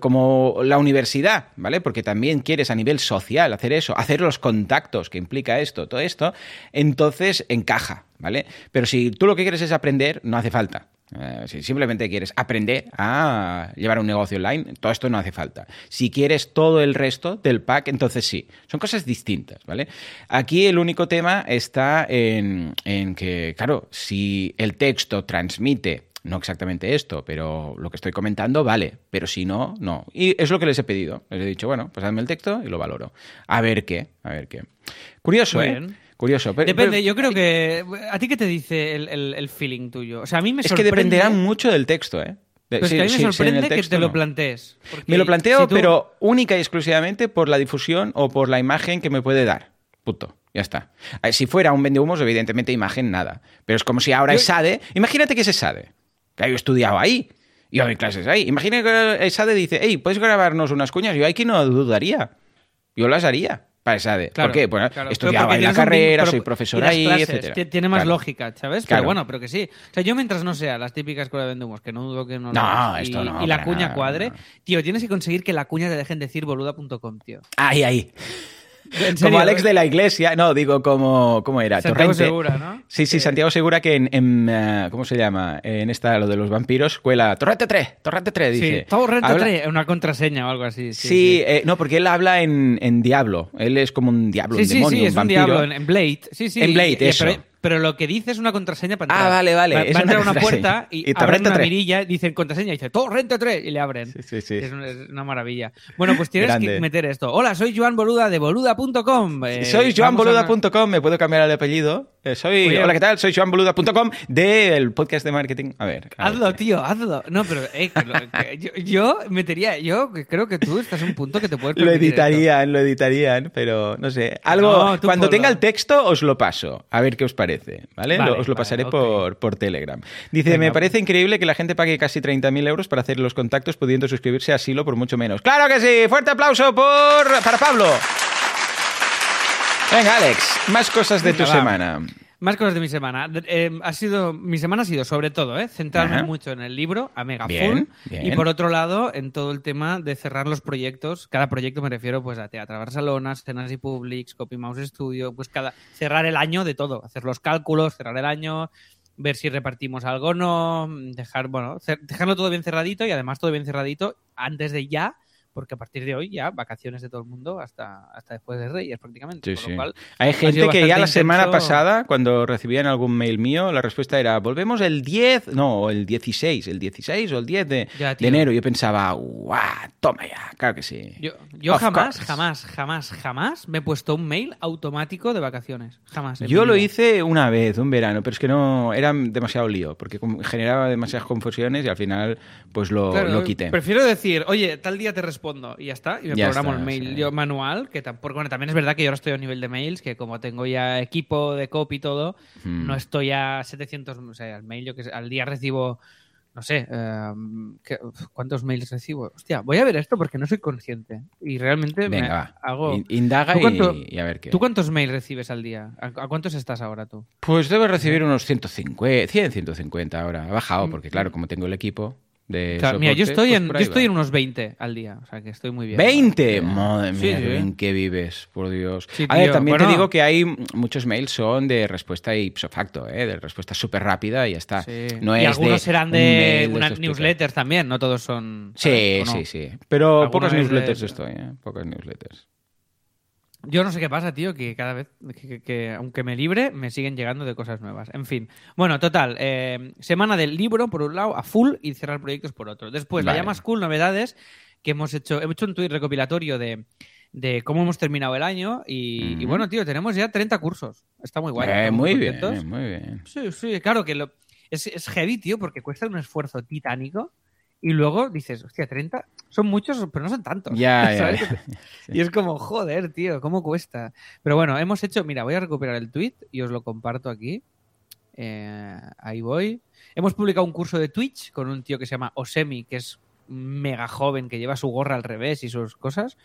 la universidad, ¿vale? Porque también quieres a nivel social hacer eso, hacer los contactos que implica esto, todo esto, entonces encaja, ¿vale? Pero si tú lo que quieres es aprender, no hace falta. Si simplemente quieres aprender a llevar un negocio online, todo esto no hace falta. Si quieres todo el resto del pack, entonces sí. Son cosas distintas, ¿vale? Aquí el único tema está en que, claro, si el texto transmite, no exactamente esto, pero lo que estoy comentando, vale. Pero si no, no. Y es lo que les he pedido. Les he dicho, bueno, pasadme el texto y lo valoro. A ver qué. Curioso, Bueno. Curioso. Depende, yo creo que... ¿A ti qué te dice el feeling tuyo? O sea, a mí me sorprende... Es que dependerá mucho del texto, ¿eh? Pero es que a mí me sorprende que te lo plantees. Me lo planteo, pero única y exclusivamente por la difusión o por la imagen que me puede dar. Punto. Ya está. Si fuera un vendehumos, evidentemente imagen nada. Pero es como si ahora ESADE... Imagínate que es ESADE. Que yo he estudiado ahí. Yo doy clases ahí. Imagina que ESADE dice, hey, ¿puedes grabarnos unas cuñas? Yo aquí no dudaría. Yo las haría. Para ESADE. Claro, ¿por qué? Bueno, claro, estudiaba en la carrera, soy profesor ahí, etc. Tiene más lógica, ¿sabes? Claro. Pero bueno, pero que sí. O sea, yo mientras no sea las típicas escuelas de vendehumos, que no dudo que no lo hagas, y, esto no, y la cuña nada, cuadre, no. Tío, tienes que conseguir que la cuña te dejen decir boluda.com, tío. Ahí. ¿En serio? Como Alex de la Iglesia, no, digo, ¿cómo era? Santiago Torrente. Segura, ¿no? Sí, Santiago Segura que ¿cómo se llama? En esta, lo de los vampiros, escuela Torrente 3, dice. Sí, Torrente 3, una contraseña o algo así. Sí. No, porque él habla en Diablo, él es como un diablo, un demonio, es un vampiro. Diablo, en Blade. Sí. En Blade, eso. Pero lo que dice es una contraseña para entrar. Vale. Va a entrar a una puerta y abren Torrente una 3. mirilla, dicen contraseña, y dice Torrente 3 y le abren. Sí. Es una maravilla. Bueno, pues tienes Grande. que meter esto. Hola, soy Joan Boluda de boluda.com. Soy joanboluda.com, me puedo cambiar el apellido. Hola, ¿qué tal? Soy joanboluda.com del podcast de marketing. A ver. Hazlo, tío, hazlo. No, pero yo metería, yo creo que tú estás en un punto que te puedes Lo permitir editarían, pero no sé. Algo, cuando tenga el texto os lo paso, a ver qué os parece, ¿vale? Os lo pasaré por Telegram. Dice, venga. Me parece increíble que la gente pague casi 30.000 euros para hacer los contactos pudiendo suscribirse a Silo por mucho menos. ¡Claro que sí! ¡Fuerte aplauso para Pablo! Venga, Alex, más cosas de tu semana. Más cosas de mi semana. Mi semana ha sido, sobre todo, centrarme mucho en el libro, a mega full. Bien. Y por otro lado, en todo el tema de cerrar los proyectos. Cada proyecto me refiero pues a Teatro Barcelona, Escenas y Publics, Copy Mouse Studio, pues cerrar el año de todo. Hacer los cálculos, cerrar el año, ver si repartimos algo o no, dejarlo todo bien cerradito y además todo bien cerradito antes de ya porque a partir de hoy ya vacaciones de todo el mundo hasta después de Reyes prácticamente. Sí, Con lo cual, hay ha gente sido que ya bastante la semana intenso. pasada, cuando recibían algún mail mío, la respuesta era, volvemos el 10, no, el 16 o el 10 Ya, de tío. enero. Yo pensaba, ¡guau! Toma ya, claro que sí. Yo Of jamás, course. jamás me he puesto un mail automático de vacaciones. Jamás. en Yo mi lo vida. hice una vez, un verano, pero es que no, era demasiado lío, porque generaba demasiadas confusiones y al final pues Claro, lo quité. prefiero decir, oye, tal día te respondo y ya está, y me Ya programo está, el mail sí. yo manual, que tampoco, bueno, también es verdad que yo ahora estoy a un nivel de mails que como tengo ya equipo de copy y todo, no estoy a 700, o sea, al mail yo que sé, al día recibo, no sé, ¿cuántos mails recibo? Hostia, voy a ver esto porque no soy consciente y realmente Venga, me va. hago... Indaga ¿Tú cuánto- y a ver qué. ¿Tú cuántos mails recibes al día? ¿A cuántos estás ahora tú? Pues debo recibir unos 150, 100, 150 ahora. Ha bajado porque, claro, como tengo el equipo de Claro, mira, yo soporte, estoy, pues en, por yo ahí estoy va. en unos 20 al día, o sea que estoy muy bien. ¡20! ¿Vale? Madre Sí, mía, sí. qué bien que vives, por Dios. Sí, A ver, tío, también te bueno. digo que hay muchos mails son de respuesta ipso facto, de respuesta súper rápida y ya está. Sí. No y es algunos serán un de mail una estos newsletters también, no todos son... Sí, ¿sabes? ¿O no? sí, sí. Pero Alguna pocas vez newsletters de- estoy, pocas newsletters. Yo no sé qué pasa, tío, que cada vez que aunque me libre, me siguen llegando de cosas nuevas. En fin. Bueno, total. Semana del libro, por un lado, a full, y cerrar proyectos por otro. Después, Vale. la llama School, novedades, que hemos hecho un tuit recopilatorio de cómo hemos terminado el año. Y bueno, tío, tenemos ya 30 cursos. Está muy guay. Estamos Muy contentos. bien, muy bien. Sí, sí, claro que es heavy, tío, porque cuesta un esfuerzo titánico. Y luego dices, hostia, 30 son muchos, pero no son tantos. Ya, ¿Sabes? ya. Y es como, joder, tío, ¿cómo cuesta? Pero bueno, hemos hecho, mira, voy a recuperar el tweet y os lo comparto aquí. Ahí voy. Hemos publicado un curso de Twitch con un tío que se llama Osemi, que es mega joven, que lleva su gorra al revés y sus cosas.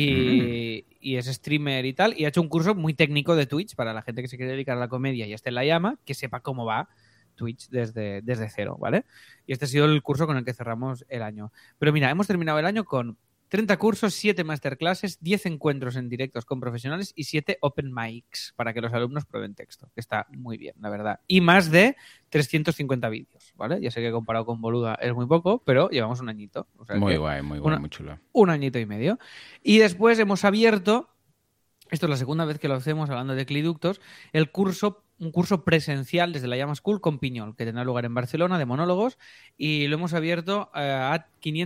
Y es streamer y tal. Y ha hecho un curso muy técnico de Twitch para la gente que se quiere dedicar a la comedia y esté en la llama, que sepa cómo va Twitch desde cero, ¿vale? Y este ha sido el curso con el que cerramos el año. Pero mira, hemos terminado el año con 30 cursos, 7 masterclasses, 10 encuentros en directos con profesionales y 7 open mics para que los alumnos prueben texto, que está muy bien, la verdad. Y más de 350 vídeos, ¿vale? Ya sé que comparado con Boluda es muy poco, pero llevamos un añito. O sea Muy que guay, muy chulo. un añito y medio. Y después hemos abierto, esto es la segunda vez que lo hacemos hablando de Cliductos, un curso presencial desde la Llama School con Piñol, que tendrá lugar en Barcelona, de monólogos, y lo hemos abierto a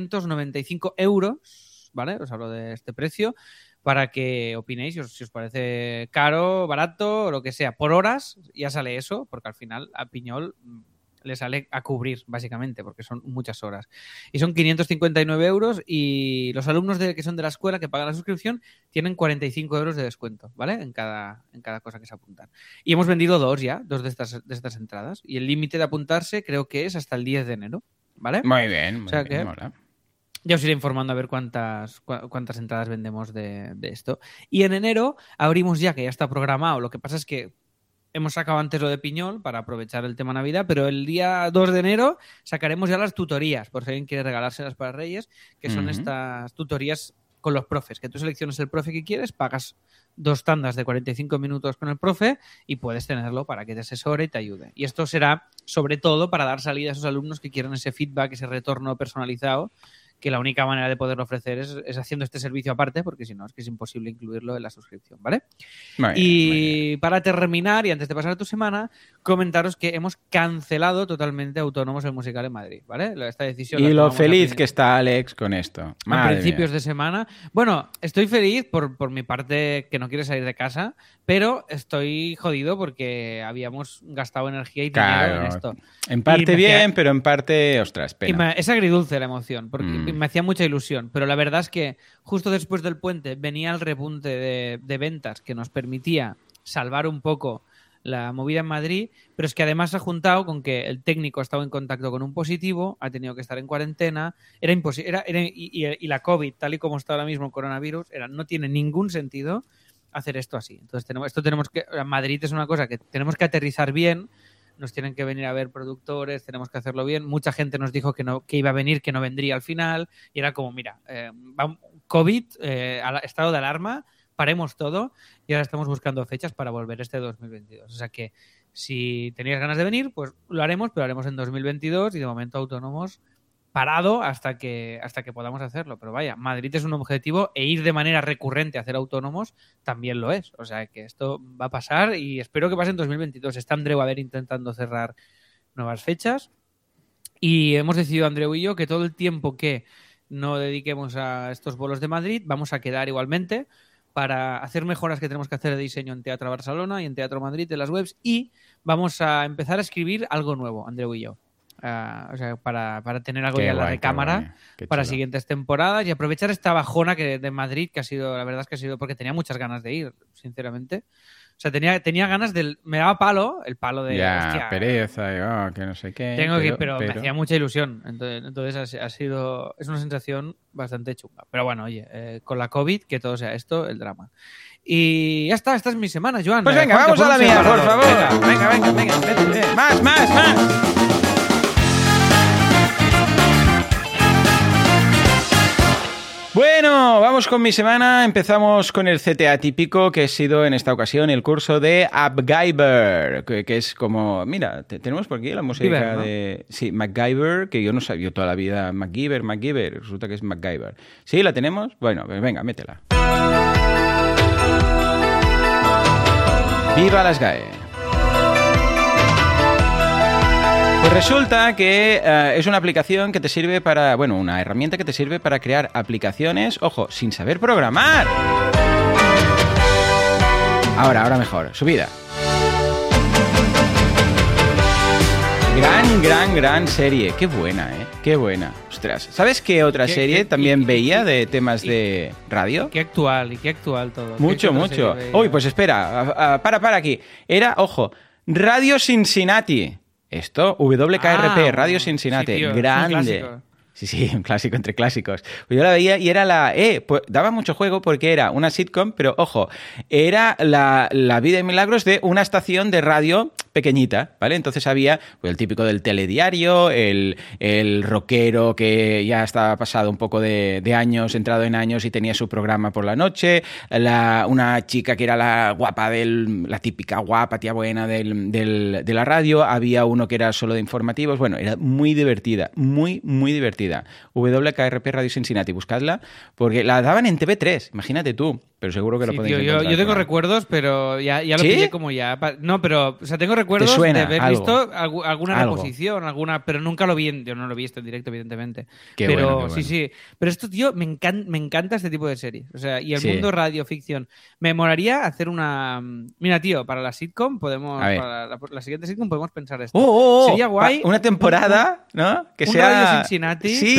595 euros, ¿vale? Os hablo de este precio, para que opinéis si os parece caro, barato, o lo que sea. Por horas ya sale eso, porque al final a Piñol le sale a cubrir, básicamente, porque son muchas horas. Y son 559 euros y los alumnos que son de la escuela que pagan la suscripción tienen 45 euros de descuento, ¿vale? En cada cosa que se apuntan. Y hemos vendido dos de estas entradas. Y el límite de apuntarse creo que es hasta el 10 de enero, ¿vale? Muy bien, O sea que- mola. Ya os iré informando a ver cuántas entradas vendemos de esto. Y en enero abrimos ya, que ya está programado. Lo que pasa es que hemos sacado antes lo de Piñol para aprovechar el tema Navidad, pero el día 2 de enero sacaremos ya las tutorías, por si alguien quiere regalárselas para Reyes, que son estas tutorías con los profes, que tú seleccionas el profe que quieres, pagas 2 tandas de 45 minutos con el profe y puedes tenerlo para que te asesore y te ayude. Y esto será sobre todo para dar salida a esos alumnos que quieren ese feedback, ese retorno personalizado, que la única manera de poderlo ofrecer es haciendo este servicio aparte, porque si no es que es imposible incluirlo en la suscripción, ¿vale? Muy bien, Y para terminar, y antes de pasar a tu semana, comentaros que hemos cancelado totalmente Autónomos el musical en Madrid, ¿vale? Esta decisión y la lo tomamos feliz que está Alex con esto. a Madre principios mía. de semana. Bueno, estoy feliz por mi parte que no quiere salir de casa, pero estoy jodido porque habíamos gastado energía y dinero en Claro, esto. en parte Y me bien, hacía- pero en parte, ostras, Y pena. es agridulce la emoción, porque me hacía mucha ilusión. Pero la verdad es que justo después del puente venía el repunte de ventas que nos permitía salvar un poco la movida en Madrid, pero es que además se ha juntado con que el técnico ha estado en contacto con un positivo, ha tenido que estar en cuarentena, era imposible, y la COVID, tal y como está ahora mismo el coronavirus, no tiene ningún sentido hacer esto así. Entonces Madrid es una cosa que tenemos que aterrizar bien. Nos tienen que venir a ver productores, tenemos que hacerlo bien. Mucha gente nos dijo que iba a venir, que no vendría al final. Y era como, mira, COVID, estado de alarma, paremos todo y ahora estamos buscando fechas para volver este 2022. O sea que si tenías ganas de venir, pues lo haremos, pero lo haremos en 2022 y de momento Autónomos parado hasta que podamos hacerlo. Pero vaya, Madrid es un objetivo e ir de manera recurrente a hacer autónomos también lo es. O sea que esto va a pasar y espero que pase en 2022. Está Andreu a ver intentando cerrar nuevas fechas y hemos decidido, Andreu y yo, que todo el tiempo que no dediquemos a estos bolos de Madrid vamos a quedar igualmente para hacer mejoras que tenemos que hacer de diseño en Teatro Barcelona y en Teatro Madrid, de las webs, y vamos a empezar a escribir algo nuevo, Andreu y yo. O sea, para tener algo ya en la recámara para siguientes temporadas y aprovechar esta bajona de Madrid, que ha sido, la verdad es que ha sido porque tenía muchas ganas de ir, sinceramente. O sea, tenía ganas me daba el palo de... Ya, hostia, pereza, que no sé qué. Pero me hacía mucha ilusión. Entonces es una sensación bastante chunga. Pero bueno, oye, con la COVID, que todo sea esto, el drama. Y ya está, esta es mi semana, Joan. Pues venga, vamos a la mía, por favor. Venga. Vete. Más. Bueno, vamos con mi semana. Empezamos con el CTA típico, que ha sido en esta ocasión el curso de MacGyver, que es como... Mira, tenemos por aquí la música Giver, ¿no? de... Sí, MacGyver, que yo no sabía toda la vida. MacGyver, resulta que es MacGyver. ¿Sí, la tenemos? Bueno, pues venga, métela. ¡Viva las GAE! Pues resulta que es una aplicación que te sirve para... Bueno, una herramienta que te sirve para crear aplicaciones, ojo, sin saber programar. Ahora mejor. Subida. Gran serie. Qué buena, ¿eh? Qué buena. Ostras. ¿Sabes qué otra serie también veía de temas de radio? Qué actual todo. Mucho. Uy, pues espera. Para aquí. Era, ojo, Radio Cincinnati. Esto, WKRP, Radio Cincinnati. Sí, tío, Grande. Sí, un clásico entre clásicos. Pues yo la veía y era pues daba mucho juego porque era una sitcom, pero ojo, era la vida y milagros de una estación de radio pequeñita, ¿vale? Entonces había pues, el típico del telediario, el rockero que ya estaba pasado un poco de años, entrado en años y tenía su programa por la noche, una chica que era la típica guapa, tía buena de la radio, había uno que era solo de informativos, bueno, era muy divertida, muy divertida. WKRP Radio Cincinnati, buscadla, porque la daban en TV3, imagínate tú. Pero seguro que lo podéis encontrar. Yo tengo recuerdos, pero ya lo pillé como ya... No, pero, o sea, tengo recuerdos de haber visto alguna reposición, pero nunca lo vi. Yo no lo he visto en directo, evidentemente. Qué bueno. Sí. Pero esto, tío, me encanta este tipo de series. O sea, y el mundo radio, ficción. Me molaría hacer una... Mira, tío, para la sitcom podemos... Para la siguiente sitcom podemos pensar esto. Sería guay... Una temporada, ¿no? Que un sea... Radio Cincinnati, Sí.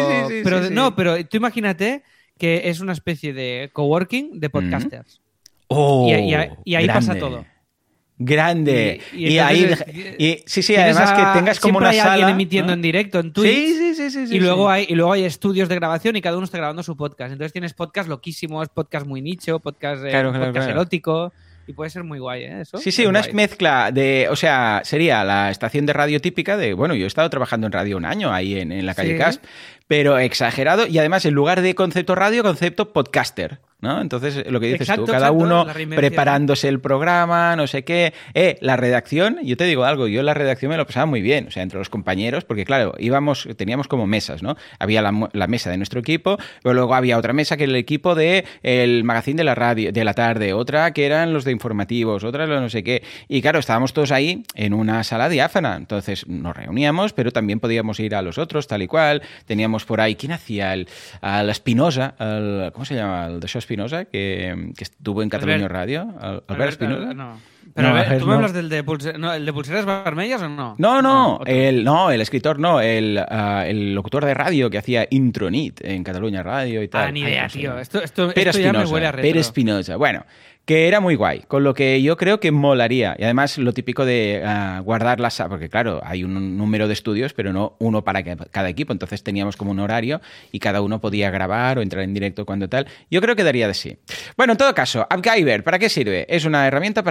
No, pero tú imagínate que es una especie de coworking de podcasters. Oh, y ahí pasa todo. Grande. Y además que tengas como una hay sala. Alguien emitiendo en directo en Twitch. Sí. Y luego hay estudios de grabación y cada uno está grabando su podcast. Entonces tienes podcast loquísimos, podcast muy nicho, podcast erótico. Y puede ser muy guay, ¿eh? Eso. Sí, una mezcla de... O sea, sería la estación de radio típica de... Bueno, yo he estado trabajando en radio un año ahí en la calle Casp, pero exagerado. Y además, en lugar de concepto radio, concepto podcaster, ¿no? Entonces, lo que dices tú, cada uno preparándose el programa, no sé qué. La redacción, yo te digo algo, yo en la redacción me lo pasaba muy bien, o sea, entre los compañeros, porque claro, teníamos como mesas, ¿no? Había la mesa de nuestro equipo, pero luego había otra mesa que era el equipo del magazine de la radio, de la tarde, otra que eran los de informativos, otra los no sé qué. Y claro, estábamos todos ahí en una sala diáfana, entonces nos reuníamos, pero también podíamos ir a los otros, tal y cual. Teníamos por ahí, ¿quién hacía? A Espinosa, ¿cómo se llama? El de Show Espinosa, que estuvo en Cataluña Radio. Albert Espinosa. No. Pero no, ¿tú me hablas del de Pulseras Vermellas o no? No, el escritor no, el locutor de radio que hacía Intronit en Cataluña Radio y tal. Ni idea, tío. Esto Espinosa, ya me huele a retro. Pere Espinosa. Bueno, que era muy guay, con lo que yo creo que molaría. Y además lo típico de guardar las... Porque claro, hay un número de estudios, pero no uno para cada equipo. Entonces teníamos como un horario y cada uno podía grabar o entrar en directo cuando tal. Yo creo que daría de sí. Bueno, en todo caso, AppGyver, ¿para qué sirve? Es una herramienta para crear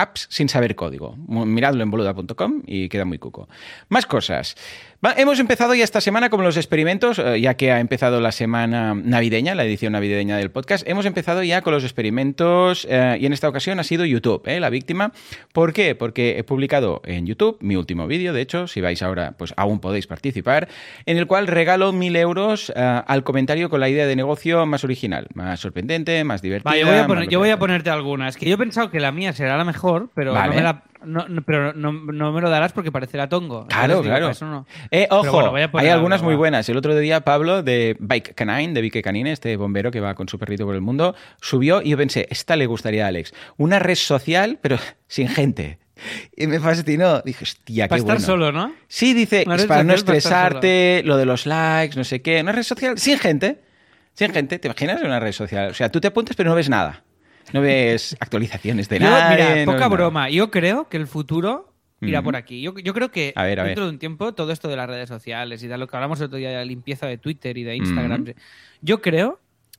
apps sin saber código. Miradlo en boluda.com y queda muy cuco. Más cosas. Hemos empezado ya esta semana con los experimentos, ya que ha empezado la semana navideña, la edición navideña del podcast. Hemos empezado ya con los experimentos y en esta ocasión ha sido YouTube, la víctima. ¿Por qué? Porque he publicado en YouTube mi último vídeo, de hecho, si vais ahora, pues aún podéis participar, en el cual regalo 1.000 euros al comentario con la idea de negocio más original, más sorprendente, más divertida. Yo voy a ponerte algunas. Que yo he pensado que la mía será la mejor, pero vale. no me lo darás porque parecerá tongo. Claro, claro. Eso no. Ojo, bueno, hay algunas muy buenas. El otro día Pablo de Bike Canine, de Bike Canine, este bombero que va con su perrito por el mundo, subió y yo pensé, esta le gustaría a Alex. Una red social, pero sin gente. Y me fascinó. Dije, hostia, qué bueno. Para estar solo, ¿no? Sí, dice, es para no estresarte, lo de los likes, no sé qué. Una red social sin gente. Sin gente. ¿Te imaginas una red social? O sea, tú te apuntas pero no ves nada. No ves actualizaciones de nada. Mira, poca broma. Yo creo que el futuro irá por aquí. Yo creo que a ver. dentro de un tiempo todo esto de las redes sociales y de lo que hablamos el otro día de la limpieza de Twitter y de Instagram, yo creo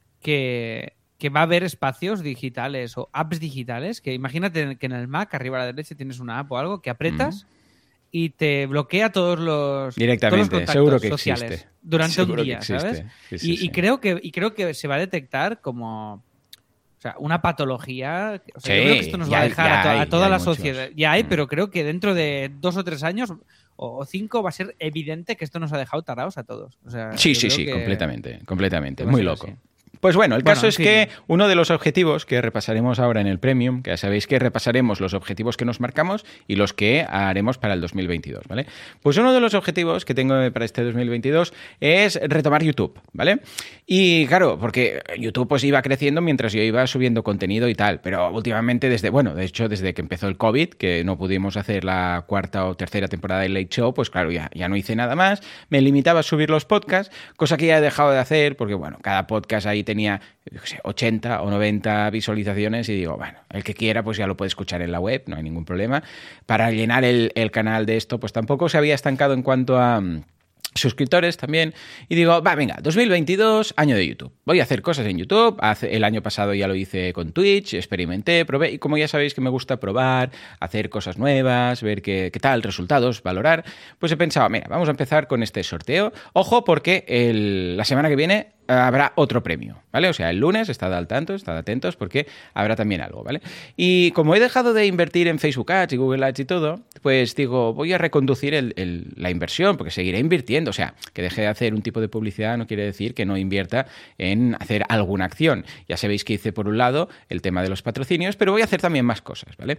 que va a haber espacios digitales o apps digitales que imagínate que en el Mac arriba a la derecha tienes una app o algo que apretas y te bloquea todos los contactos seguro que sociales existe. Durante seguro un día, ¿sabes? Sí. Y creo que se va a detectar como... O sea, una patología... O sea, yo creo que esto nos va a dejar a toda la sociedad. Ya hay, pero creo que dentro de 2 o 3 años o 5 va a ser evidente que esto nos ha dejado tarados a todos. O sea, sí, completamente. Muy loco. Así. Pues bueno, el caso es que uno de los objetivos que repasaremos ahora en el Premium, que ya sabéis que repasaremos los objetivos que nos marcamos y los que haremos para el 2022, ¿vale? Pues uno de los objetivos que tengo para este 2022 es retomar YouTube, ¿vale? Y claro, porque YouTube pues iba creciendo mientras yo iba subiendo contenido y tal, pero últimamente de hecho desde que empezó el COVID, que no pudimos hacer la 4ª o 3ª temporada del Late Show, pues claro, ya no hice nada más, me limitaba a subir los podcasts, cosa que ya he dejado de hacer porque, bueno, cada podcast ahí tenía 80 o 90 visualizaciones y digo, bueno, el que quiera pues ya lo puede escuchar en la web, no hay ningún problema. Para llenar el canal de esto pues tampoco se había estancado en cuanto a suscriptores también, y digo, venga, 2022, año de YouTube. Voy a hacer cosas en YouTube. El año pasado ya lo hice con Twitch, experimenté, probé, y como ya sabéis que me gusta probar, hacer cosas nuevas, ver qué tal, resultados, valorar, pues he pensado, mira, vamos a empezar con este sorteo. Ojo, porque la semana que viene habrá otro premio, ¿vale? O sea, el lunes, estad atentos, porque habrá también algo, ¿vale? Y como he dejado de invertir en Facebook Ads y Google Ads y todo, pues digo, voy a reconducir la inversión, porque seguiré invirtiendo. O sea, que deje de hacer un tipo de publicidad no quiere decir que no invierta en hacer alguna acción. Ya sabéis que hice, por un lado, el tema de los patrocinios, pero voy a hacer también más cosas, ¿vale?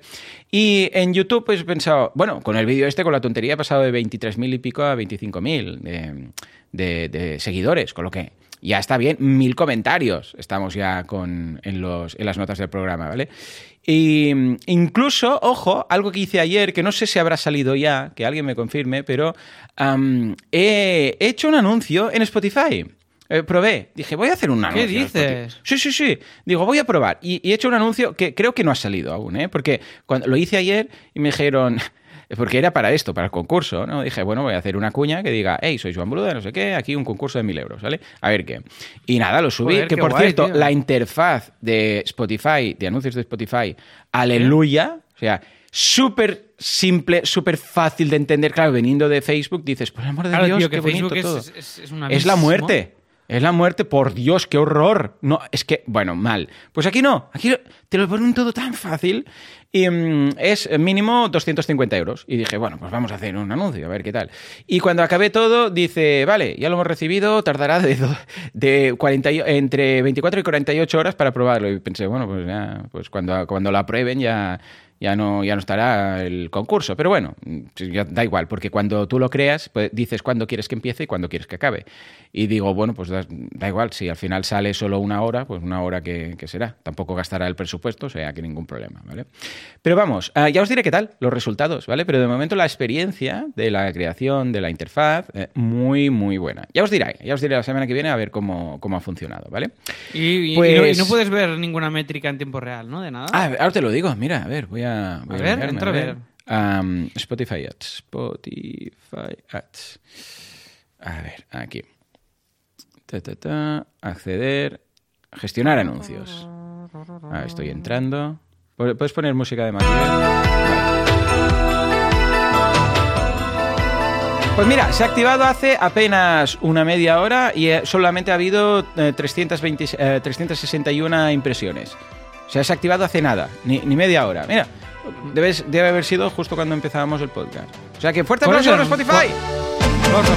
Y en YouTube, pues he pensado, bueno, con el vídeo con la tontería he pasado de 23.000 y pico a 25.000 de seguidores, con lo que ya está bien, 1.000 comentarios estamos ya en las notas del programa, ¿vale? Y incluso, ojo, algo que hice ayer, que no sé si habrá salido ya, que alguien me confirme, pero he hecho un anuncio en Spotify. Probé, dije, voy a hacer un anuncio. ¿Qué dices? Sí. Digo, voy a probar. Y he hecho un anuncio que creo que no ha salido aún, porque cuando lo hice ayer y me dijeron... Porque era para esto, para el concurso, ¿no? Dije, bueno, voy a hacer una cuña que diga, hey, soy Joan Boluda, no sé qué, aquí un concurso de 1.000 euros, ¿vale? A ver qué. Y nada, lo subí. Joder, que por guay, cierto, tío. La interfaz de Spotify, de anuncios de Spotify, aleluya, o sea, súper simple, súper fácil de entender. Claro, veniendo de Facebook, dices, por el amor de Claro, Dios, tío, qué que bonito Facebook todo. es un Es la abismo. muerte. Es la muerte, por Dios, qué horror. No, es que, bueno, mal. Pues aquí no, aquí te lo ponen todo tan fácil y es mínimo 250 euros. Y dije, bueno, pues vamos a hacer un anuncio, a ver qué tal. Y cuando acabé todo, dice, vale, ya lo hemos recibido, tardará entre 24 y 48 horas para probarlo. Y pensé, bueno, pues ya, pues cuando lo aprueben ya no estará el concurso. Pero bueno, ya da igual, porque cuando tú lo creas, pues dices cuándo quieres que empiece y cuándo quieres que acabe. Y digo, bueno, pues da igual, si al final sale solo una hora, pues una hora que será. Tampoco gastará el presupuesto, o sea que ningún problema, ¿vale? Pero vamos, ya os diré qué tal los resultados, ¿vale? Pero de momento la experiencia de la creación de la interfaz, muy, muy buena. Ya os diré la semana que viene a ver cómo ha funcionado, ¿vale? Y no puedes ver ninguna métrica en tiempo real, ¿no? De nada. Ahora te lo digo, mira, a ver, voy a ver, entra a ver. Spotify Ads. A ver, aquí. Acceder, gestionar anuncios. Estoy entrando. ¿Puedes poner música de MacGyver? Vale. Pues mira, se ha activado hace apenas una media hora y solamente ha habido 361 impresiones. O sea, se ha activado hace nada, ni media hora. Mira, debe haber sido justo cuando empezábamos el podcast. O sea que fuerte aplauso para Spotify. Aplauso.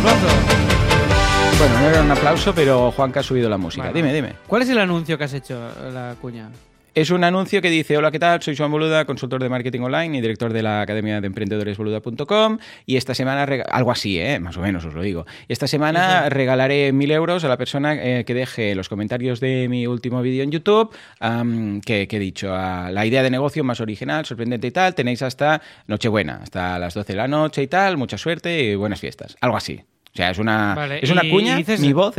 Bueno, no era un aplauso, pero Juanca ha subido la música. Bueno. Dime. ¿Cuál es el anuncio que has hecho, la cuña? Es un anuncio que dice: hola, ¿qué tal? Soy Joan Boluda, consultor de marketing online y director de la Academia de Emprendedores Boluda.com, y esta semana, algo así, más o menos os lo digo, esta semana regalaré 1.000 euros a la persona que deje los comentarios de mi último vídeo en YouTube, que he dicho, la idea de negocio más original, sorprendente y tal, tenéis hasta Nochebuena, hasta las 12 de la noche y tal, mucha suerte y buenas fiestas, algo así. O sea, es una cuña, mi voz. ¿Y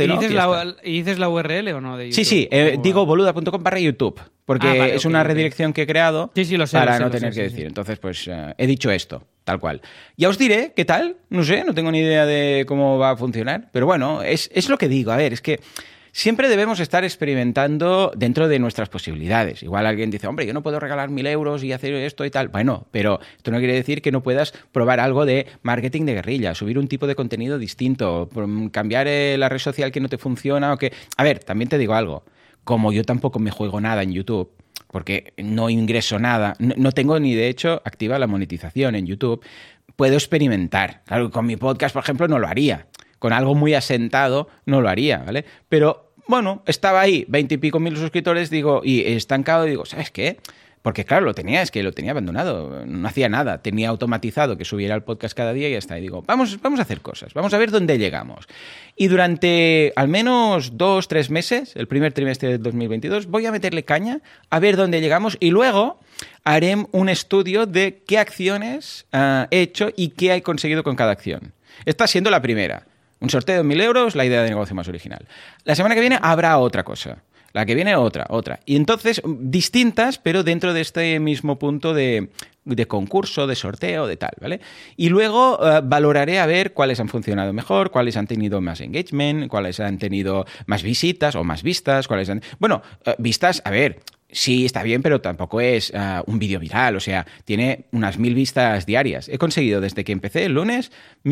dices la URL o no de YouTube? Sí, digo boluda.com/YouTube, porque es una redirección que he creado para no tener que decir. Entonces, pues he dicho esto, tal cual. Ya os diré qué tal, no sé, no tengo ni idea de cómo va a funcionar, pero bueno, es lo que digo. A ver, es que siempre debemos estar experimentando dentro de nuestras posibilidades. Igual alguien dice, hombre, yo no puedo regalar 1.000 euros y hacer esto y tal. Bueno, pero esto no quiere decir que no puedas probar algo de marketing de guerrilla, subir un tipo de contenido distinto, cambiar la red social que no te funciona o que... A ver, también te digo algo. Como yo tampoco me juego nada en YouTube, porque no ingreso nada, no tengo ni de hecho activa la monetización en YouTube, puedo experimentar. Claro, con mi podcast, por ejemplo, no lo haría. Con algo muy asentado no lo haría, ¿vale? Pero bueno, estaba ahí, 20 y pico mil suscriptores, digo, y estancado, y digo, ¿sabes qué? Porque claro, lo tenía abandonado, no hacía nada, tenía automatizado que subiera el podcast cada día y ya está. Y digo, vamos a hacer cosas, vamos a ver dónde llegamos. Y durante al menos 2-3 meses, el primer trimestre de 2022, voy a meterle caña a ver dónde llegamos y luego haré un estudio de qué acciones he hecho y qué he conseguido con cada acción. Esta siendo la primera. Un sorteo de 1.000 euros, la idea de negocio más original. La semana que viene habrá otra cosa. La que viene otra. Y entonces, distintas, pero dentro de este mismo punto de concurso, de sorteo, de tal, ¿vale? Y luego valoraré a ver cuáles han funcionado mejor, cuáles han tenido más engagement, cuáles han tenido más visitas o más vistas, cuáles han... Bueno, vistas, a ver... Sí, está bien, pero tampoco es un vídeo viral. O sea, tiene unas 1.000 vistas diarias. He conseguido desde que empecé el lunes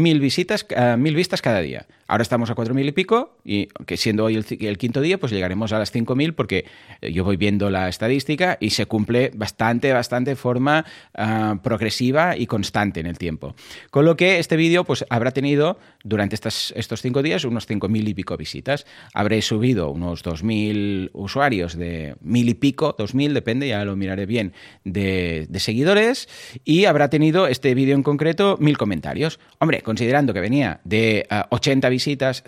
1.000 vistas cada día. Ahora estamos a 4.000 y pico, y que siendo hoy el quinto día, pues llegaremos a las 5.000 porque yo voy viendo la estadística y se cumple bastante de forma progresiva y constante en el tiempo. Con lo que este vídeo pues habrá tenido durante estos 5 días unos 5.000 y pico visitas. Habré subido unos 2.000 usuarios de 1.000 y pico, 2.000, depende, ya lo miraré bien, de seguidores, y habrá tenido este vídeo en concreto 1.000 comentarios. Hombre, considerando que venía de 80 visitas,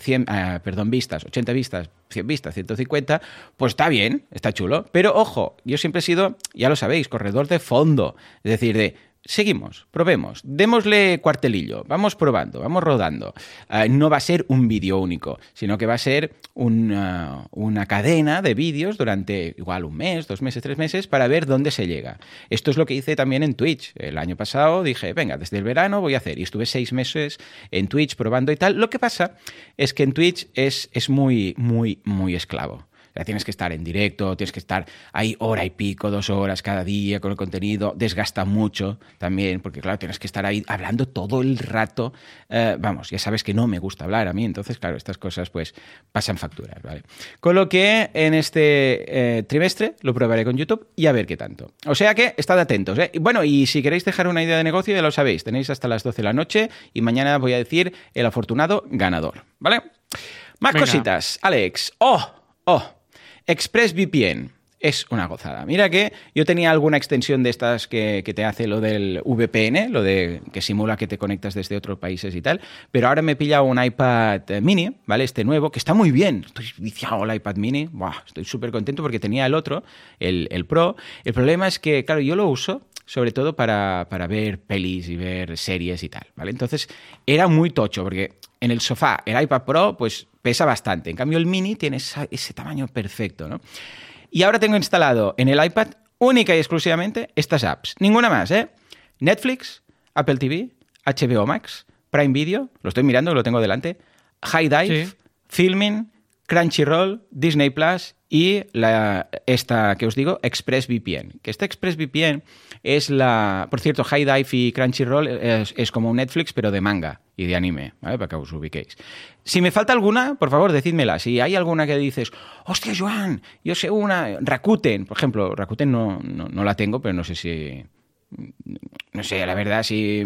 80 vistas, 100 vistas, 150, pues está bien, está chulo. Pero ojo, yo siempre he sido, ya lo sabéis, corredor de fondo, es decir, seguimos, probemos, démosle cuartelillo, vamos probando, vamos rodando. No va a ser un vídeo único, sino que va a ser una cadena de vídeos durante igual 1 mes, 2 meses, 3 meses para ver dónde se llega. Esto es lo que hice también en Twitch. El año pasado dije, venga, desde el verano voy a hacer. Y estuve 6 meses en Twitch probando y tal. Lo que pasa es que en Twitch es muy, muy, muy esclavo. O sea, tienes que estar en directo, tienes que estar ahí 1 hora y pico, 2 horas cada día con el contenido. Desgasta mucho también, porque claro, tienes que estar ahí hablando todo el rato. Vamos, ya sabes que no me gusta hablar a mí, entonces claro, estas cosas pues pasan facturas, ¿vale? Con lo que en este trimestre lo probaré con YouTube y a ver qué tanto. O sea que estad atentos, ¿eh? Bueno, y si queréis dejar una idea de negocio, ya lo sabéis, tenéis hasta las 12 de la noche y mañana voy a decir el afortunado ganador, ¿vale? Más cositas, Alex. ExpressVPN es una gozada. Mira que yo tenía alguna extensión de estas que te hace lo del VPN, lo de que simula que te conectas desde otros países y tal, pero ahora me he pillado un iPad mini, ¿vale? Este nuevo, que está muy bien. Estoy viciado al iPad mini. Buah, estoy súper contento porque tenía el otro, el Pro. El problema es que, claro, yo lo uso sobre todo para ver pelis y ver series y tal, ¿vale? Entonces era muy tocho porque en el sofá el iPad Pro pues pesa bastante. En cambio el mini tiene ese tamaño perfecto, ¿no? Y ahora tengo instalado en el iPad única y exclusivamente estas apps. Ninguna más, ¿eh? Netflix, Apple TV, HBO Max, Prime Video, lo estoy mirando, lo tengo delante, High Dive, sí. Filmin, Crunchyroll, Disney Plus y esta que os digo, ExpressVPN. Que esta ExpressVPN es por cierto, High Dive y Crunchyroll es como un Netflix, pero de manga y de anime, ¿vale? Para que os ubiquéis. Si me falta alguna, por favor, decídmela. Si hay alguna que dices, hostia, Joan, yo sé una, Rakuten, por ejemplo, Rakuten no la tengo, pero no sé si... No sé, la verdad, si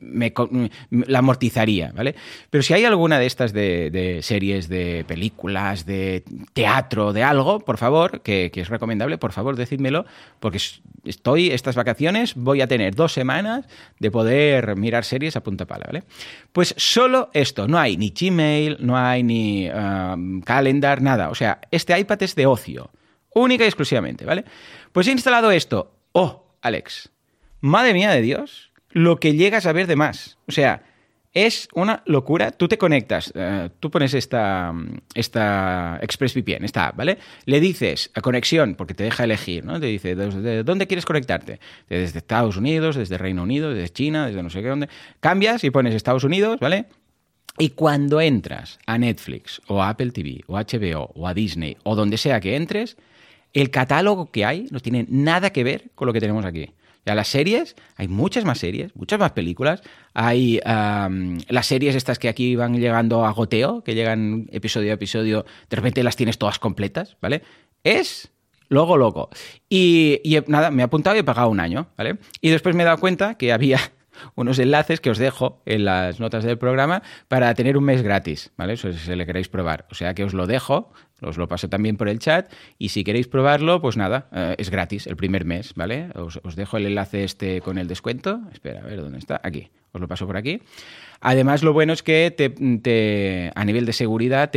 la amortizaría, ¿vale? Pero si hay alguna de estas de series, de películas, de teatro, de algo, por favor, que es recomendable, por favor, decídmelo, porque estas vacaciones, voy a tener 2 semanas de poder mirar series a punta pala, ¿vale? Pues solo esto, no hay ni Gmail, no hay ni Calendar, nada. O sea, este iPad es de ocio, única y exclusivamente, ¿vale? Pues he instalado esto. ¡Oh, Alex! Madre mía de Dios, lo que llegas a ver de más. O sea, es una locura. Tú te conectas, tú pones esta ExpressVPN, esta app, ¿vale? Le dices a conexión, porque te deja elegir, ¿no? Te dice, ¿desde dónde quieres conectarte? Desde Estados Unidos, desde Reino Unido, desde China, desde no sé qué dónde. Cambias y pones Estados Unidos, ¿vale? Y cuando entras a Netflix o a Apple TV o a HBO o a Disney o donde sea que entres, el catálogo que hay no tiene nada que ver con lo que tenemos aquí. Ya las series, hay muchas más series, muchas más películas. Hay las series estas que aquí van llegando a goteo, que llegan episodio a episodio, de repente las tienes todas completas, ¿vale? Es loco. Y nada, me he apuntado y he pagado 1 año, ¿vale? Y después me he dado cuenta que había unos enlaces que os dejo en las notas del programa para tener un mes gratis, ¿vale? Eso si le queréis probar. O sea que os lo dejo, os lo paso también por el chat y si queréis probarlo, pues nada, es gratis el primer mes, ¿vale? Os dejo el enlace este con el descuento. Espera, a ver, ¿dónde está? Aquí. Os lo paso por aquí. Además, lo bueno es que a nivel de seguridad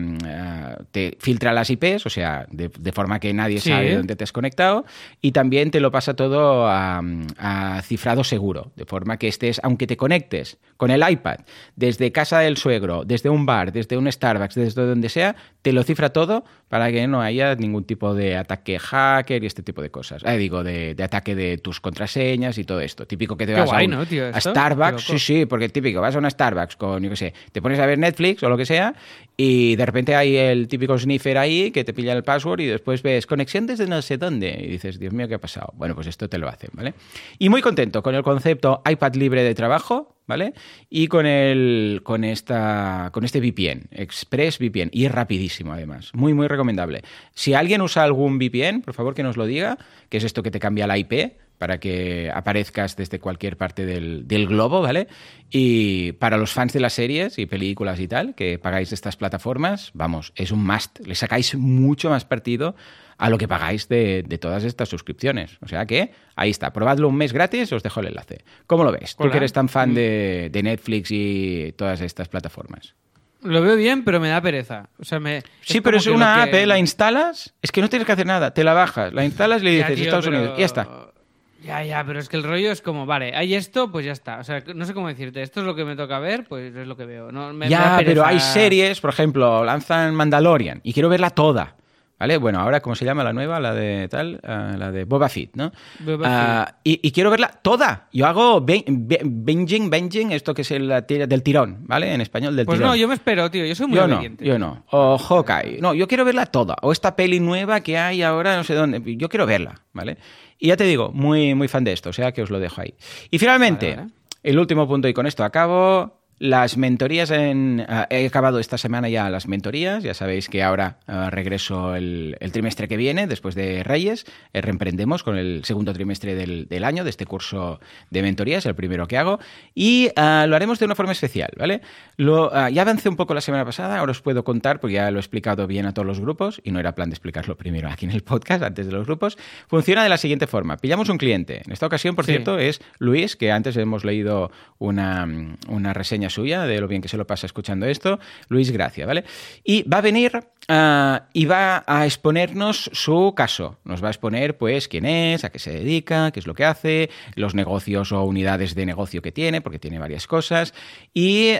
te filtra las IPs, o sea, de forma que nadie sabe dónde te has conectado, y también te lo pasa todo a cifrado seguro, de forma que aunque te conectes con el iPad desde casa del suegro, desde un bar, desde un Starbucks, desde donde sea, te lo cifra todo para que no haya ningún tipo de ataque hacker y este tipo de cosas. De ataque de tus contraseñas y todo esto. Típico que te vas a Starbucks, sí, porque típico, vas a una Starbucks con, yo qué sé, te pones a ver Netflix o lo que sea y de repente hay el típico sniffer ahí que te pilla el password y después ves conexión desde no sé dónde y dices, Dios mío, ¿qué ha pasado? Bueno, pues esto te lo hacen, ¿vale? Y muy contento con el concepto iPad libre de trabajo, ¿vale? Y con este VPN, ExpressVPN, y es rapidísimo además, muy recomendable. Si alguien usa algún VPN, por favor que nos lo diga, que es esto que te cambia la IP para que aparezcas desde cualquier parte del globo, ¿vale? Y para los fans de las series y películas y tal, que pagáis de estas plataformas, vamos, es un must. Le sacáis mucho más partido a lo que pagáis de todas estas suscripciones. O sea que, ahí está, probadlo un mes gratis, os dejo el enlace. ¿Cómo lo ves? Tú que eres tan fan de Netflix y todas estas plataformas. Lo veo bien, pero me da pereza. O sea, sí, pero es una app, la instalas, es que no tienes que hacer nada, te la bajas, la instalas y le dices Estados Unidos, y ya está. Ya, pero es que el rollo es como, vale, hay esto, pues ya está. O sea, no sé cómo decirte, esto es lo que me toca ver, pues es lo que veo. No, me da pereza. Pero hay series, por ejemplo, lanzan Mandalorian y quiero verla toda. ¿Vale? Bueno, ahora, ¿cómo se llama la nueva? La de la de Boba Fett, ¿no? Y quiero verla toda. Yo hago binging, esto que es del tirón, ¿vale? En español, del tirón. Pues no, yo me espero, tío. Yo soy muy obediente. Yo no. O Hawkeye. No, yo quiero verla toda. O esta peli nueva que hay ahora, no sé dónde. Yo quiero verla, ¿vale? Y ya te digo, muy fan de esto. O sea, que os lo dejo ahí. Y finalmente, vale. El último punto, y con esto acabo... Las mentorías he acabado esta semana ya las mentorías, ya sabéis que ahora regreso el trimestre que viene, después de Reyes, reemprendemos con el segundo trimestre del año, de este curso de mentorías, el primero que hago, y lo haremos de una forma especial, ¿vale? Ya avancé un poco la semana pasada, ahora os puedo contar, porque ya lo he explicado bien a todos los grupos, y no era plan de explicarlo primero aquí en el podcast, antes de los grupos. Funciona de la siguiente forma, pillamos un cliente, en esta ocasión, por cierto, es Luis, que antes hemos leído una reseña suya, de lo bien que se lo pasa escuchando esto, Luis Gracia, ¿vale? Y va a venir y va a exponernos su caso. Nos va a exponer, pues, quién es, a qué se dedica, qué es lo que hace, los negocios o unidades de negocio que tiene, porque tiene varias cosas, y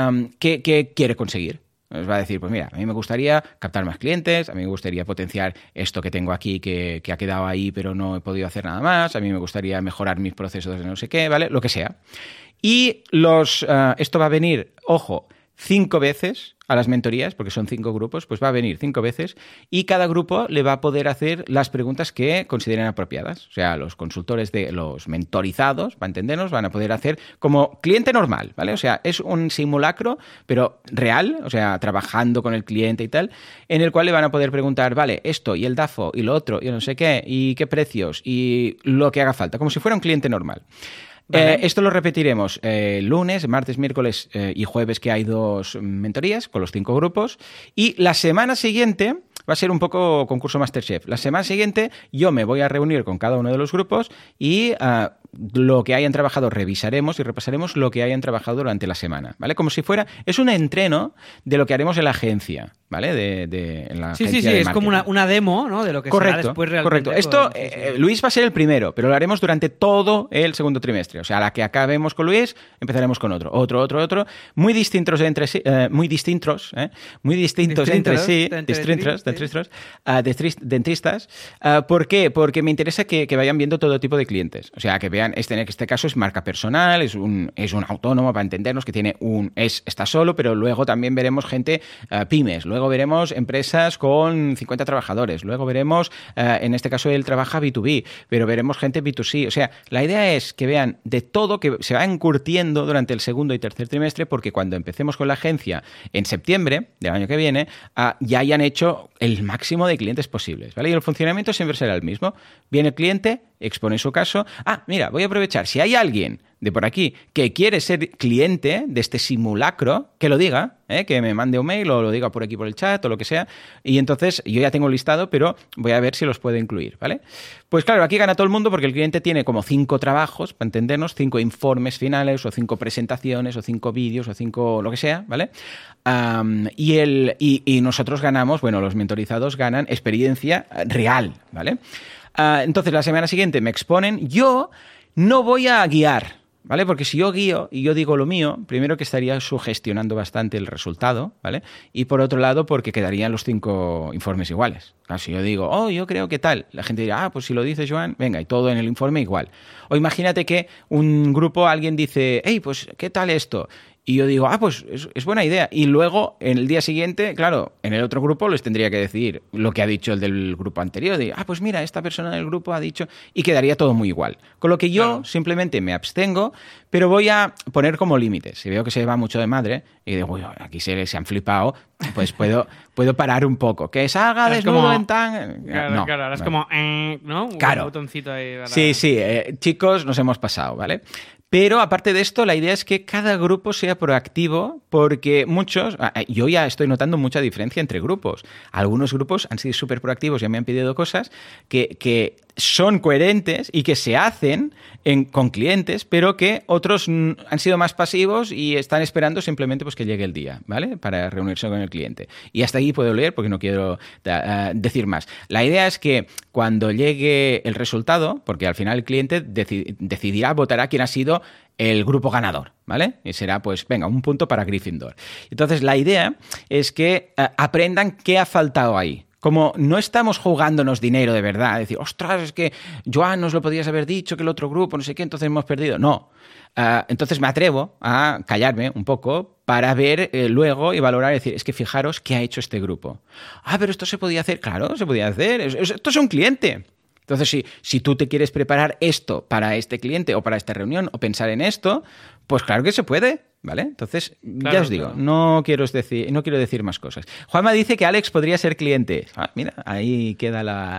qué quiere conseguir. Nos va a decir, pues mira, a mí me gustaría captar más clientes, a mí me gustaría potenciar esto que tengo aquí que ha quedado ahí pero no he podido hacer nada más, a mí me gustaría mejorar mis procesos de no sé qué, ¿vale? Lo que sea. Y esto va a venir, ojo, 5 veces a las mentorías, porque son 5 grupos, pues va a venir 5 veces y cada grupo le va a poder hacer las preguntas que consideren apropiadas. O sea, los consultores de los mentorizados, para entendernos, van a poder hacer como cliente normal, ¿vale? O sea, es un simulacro, pero real, o sea, trabajando con el cliente y tal, en el cual le van a poder preguntar, vale, esto y el DAFO y lo otro y no sé qué, y qué precios y lo que haga falta, como si fuera un cliente normal. Vale. Esto lo repetiremos lunes, martes, miércoles y jueves, que hay 2 mentorías con los 5 grupos. Y la semana siguiente va a ser un poco concurso MasterChef. La semana siguiente yo me voy a reunir con cada uno de los grupos y lo que hayan trabajado revisaremos y repasaremos lo que hayan trabajado durante la semana, ¿vale? Como si fuera... Es un entreno de lo que haremos en la agencia, ¿vale? En la agencia de es como una demo, ¿no? De lo que será después realmente. Correcto. Esto, Luis va a ser el primero, pero lo haremos durante todo el segundo trimestre. O sea, a la que acabemos con Luis, empezaremos con otro. Muy distintos entre sí, muy distintos entre sí, dentistas. ¿Por qué? Porque me interesa que vayan viendo todo tipo de clientes. O sea, que vean, en este caso es marca personal, es un autónomo, para entendernos, que tiene está solo, pero luego también veremos gente pymes, luego veremos empresas con 50 trabajadores, luego veremos, en este caso él trabaja B2B, pero veremos gente B2C. O sea, la idea es que vean de todo, que se va encurtiendo durante el segundo y tercer trimestre, porque cuando empecemos con la agencia en septiembre del año que viene, ya hayan hecho el máximo de clientes posibles, ¿vale? Y el funcionamiento siempre será el mismo. Viene el cliente, expone su caso. Mira, voy a aprovechar. Si hay alguien de por aquí que quiere ser cliente de este simulacro, que lo diga, que me mande un mail o lo diga por aquí por el chat o lo que sea. Y entonces yo ya tengo un listado, pero voy a ver si los puedo incluir, ¿vale? Pues claro, aquí gana todo el mundo porque el cliente tiene como 5 trabajos, para entendernos, 5 informes finales o 5 presentaciones o 5 vídeos o 5 lo que sea, ¿vale? Y nosotros ganamos, bueno, los mentorizados ganan experiencia real, ¿vale? Entonces, la semana siguiente me exponen. Yo no voy a guiar, ¿vale? Porque si yo guío y yo digo lo mío, primero que estaría sugestionando bastante el resultado, ¿vale? Y por otro lado, porque quedarían los 5 informes iguales. Claro, si yo digo, yo creo que tal, la gente dirá, pues si lo dice Joan, venga, y todo en el informe igual. O imagínate que un grupo, alguien dice, hey, pues, ¿qué tal esto? Y yo digo, pues es buena idea. Y luego, en el día siguiente, claro, en el otro grupo les tendría que decir lo que ha dicho el del grupo anterior. De, pues mira, esta persona del grupo ha dicho... Y quedaría todo muy igual. Con lo que yo simplemente me abstengo, pero voy a poner como límites. Si veo que se va mucho de madre y digo, aquí se han flipado, pues puedo parar un poco. Que salga desnudo en tan... Claro, ahora es como... ¿no? Claro. Un botoncito ahí para... Sí, chicos, nos hemos pasado, ¿vale? Pero aparte de esto, la idea es que cada grupo sea proactivo, porque muchos, yo ya estoy notando mucha diferencia entre grupos. Algunos grupos han sido súper proactivos, ya me han pedido cosas que son coherentes y que se hacen con clientes, pero que otros han sido más pasivos y están esperando simplemente pues que llegue el día, ¿vale? Para reunirse con el cliente. Y hasta aquí puedo leer porque no quiero decir más. La idea es que cuando llegue el resultado, porque al final el cliente decidirá, votará quién ha sido el grupo ganador, ¿vale? Y será, pues, venga, un punto para Gryffindor. Entonces, la idea es que aprendan qué ha faltado ahí. Como no estamos jugándonos dinero de verdad, decir, ostras, es que Joan nos lo podías haber dicho, que el otro grupo, no sé qué, entonces hemos perdido. No. Entonces me atrevo a callarme un poco para ver luego y valorar y decir, es que fijaros qué ha hecho este grupo. Pero esto se podía hacer. Claro, se podía hacer. Esto es un cliente. Entonces, si tú te quieres preparar esto para este cliente o para esta reunión o pensar en esto, pues claro que se puede, ¿vale? Entonces, claro, ya os digo, no quiero decir más cosas. Juanma dice que Alex podría ser cliente. Mira, ahí queda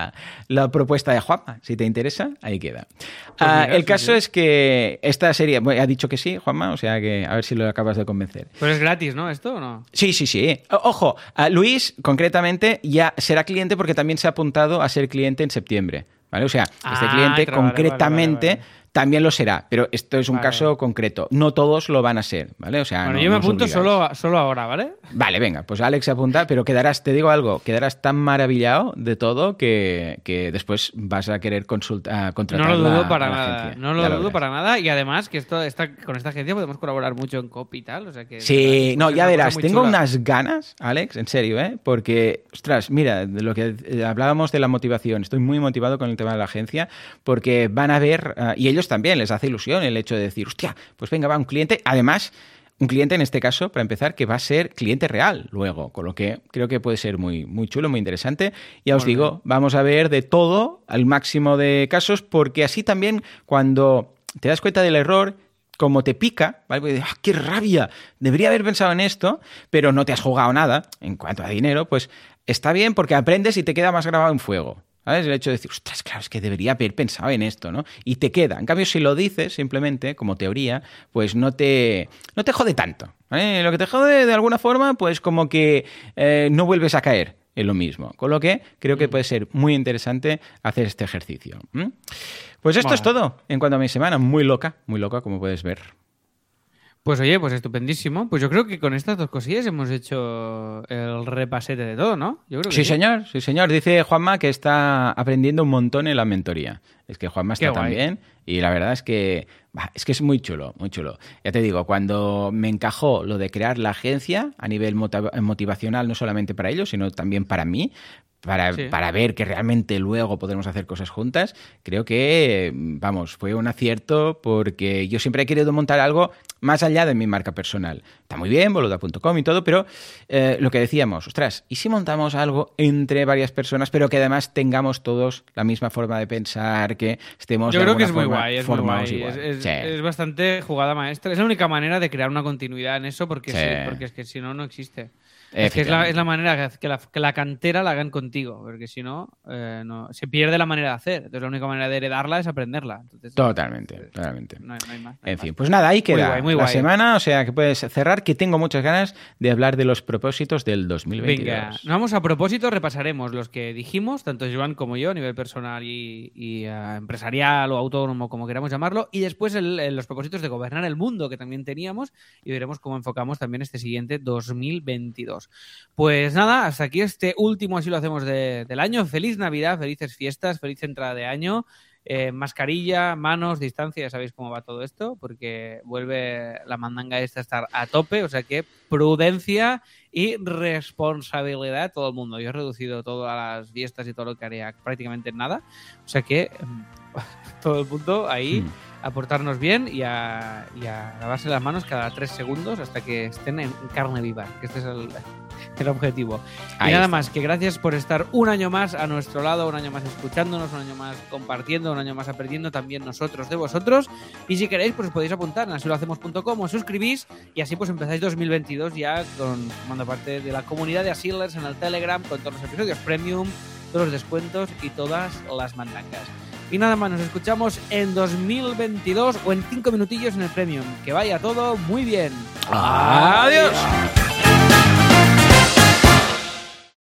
la propuesta de Juanma. Si te interesa, ahí queda. Pues mira, el caso es que esta serie... Bueno, ha dicho que sí, Juanma, o sea que a ver si lo acabas de convencer. Pero es gratis, ¿no? ¿Esto o no? Sí. Ojo, Luis, concretamente, ya será cliente porque también se ha apuntado a ser cliente en septiembre. ¿Vale? O sea, este cliente concretamente vale. También lo será, pero esto es un caso concreto. No todos lo van a ser, ¿vale? O sea, yo me apunto solo ahora, ¿vale? Vale, venga, pues Alex se apunta, pero te digo algo, quedarás tan maravillado de todo que después vas a querer contratar No lo dudo para nada. No lo dudo para nada, y además que con esta agencia podemos colaborar mucho en copy y tal, o sea que... Sí, ya verás, tengo unas ganas, Alex, en serio, porque, ostras, mira, de lo que hablábamos de la motivación, estoy muy motivado con el tema de la agencia, porque van a ver, y ellos también les hace ilusión el hecho de decir, hostia, pues venga, va un cliente, además... Un cliente, en este caso, para empezar, que va a ser cliente real luego, con lo que creo que puede ser muy, muy chulo, muy interesante. Ya os digo, vamos a ver de todo al máximo de casos, porque así también cuando te das cuenta del error, como te pica, ¿vale? Porque dices, ¡qué rabia! Debería haber pensado en esto, pero no te has jugado nada en cuanto a dinero, pues está bien porque aprendes y te queda más grabado en fuego. ¿Sabes? El hecho de decir, ostras, claro, es que debería haber pensado en esto, ¿no? Y te queda. En cambio, si lo dices simplemente, como teoría, pues no te jode tanto. ¿Vale? Lo que te jode de alguna forma, pues como que no vuelves a caer en lo mismo. Con lo que creo que puede ser muy interesante hacer este ejercicio. Pues esto es todo en cuanto a mi semana. Muy loca, como puedes ver. Pues oye, pues estupendísimo. Pues yo creo que con estas dos cosillas hemos hecho el repasete de todo, ¿no? Yo creo que sí, señor. Dice Juanma que está aprendiendo un montón en la mentoría. Es que Juanma está también y la verdad es que es muy chulo, muy chulo. Ya te digo, cuando me encajó lo de crear la agencia a nivel motivacional, no solamente para ellos, sino también para mí, para ver que realmente luego podemos hacer cosas juntas, creo que, fue un acierto porque yo siempre he querido montar algo más allá de mi marca personal. Está muy bien, boluda.com y todo, pero lo que decíamos, ostras, ¿y si montamos algo entre varias personas, pero que además tengamos todos la misma forma de pensar, que estemos yo de creo que es alguna muy forma guay, formados igual? Es bastante jugada maestra. Es la única manera de crear una continuidad en eso porque es que si no, no existe. Es que es la manera que la cantera la hagan contigo, porque si no, se pierde la manera de hacer. Entonces la única manera de heredarla es aprenderla. Entonces, totalmente. No hay más. En fin, pues nada, ahí queda muy la guay. semana, o sea que puedes cerrar, que tengo muchas ganas de hablar de los propósitos del 2022. Venga, vamos a propósito, repasaremos los que dijimos, tanto Joan como yo, a nivel personal y empresarial o autónomo, como queramos llamarlo, y después los propósitos de gobernar el mundo que también teníamos, y veremos cómo enfocamos también este siguiente 2022. Pues nada, hasta aquí este último, así lo hacemos del año. Feliz Navidad, felices fiestas, feliz entrada de año. Mascarilla, manos, distancia, ya sabéis cómo va todo esto, porque vuelve la mandanga esta a estar a tope, o sea que prudencia y responsabilidad todo el mundo. Yo he reducido todas las fiestas y todo lo que haría prácticamente en nada, o sea que todo el mundo ahí a portarnos bien y a lavarse las manos cada 3 segundos hasta que estén en carne viva, que este es el objetivo. Y nada más, que gracias por estar un año más a nuestro lado, un año más escuchándonos, un año más compartiendo, un año más aprendiendo también nosotros de vosotros. Y si queréis, pues os podéis apuntar en asilohacemos.com, os suscribís y así pues empezáis 2022 ya formando parte de la comunidad de Asilers en el Telegram, con todos los episodios premium, todos los descuentos y todas las mandangas. Y nada más, nos escuchamos en 2022 o en 5 minutillos en el Premium. Que vaya todo muy bien. ¡Adiós!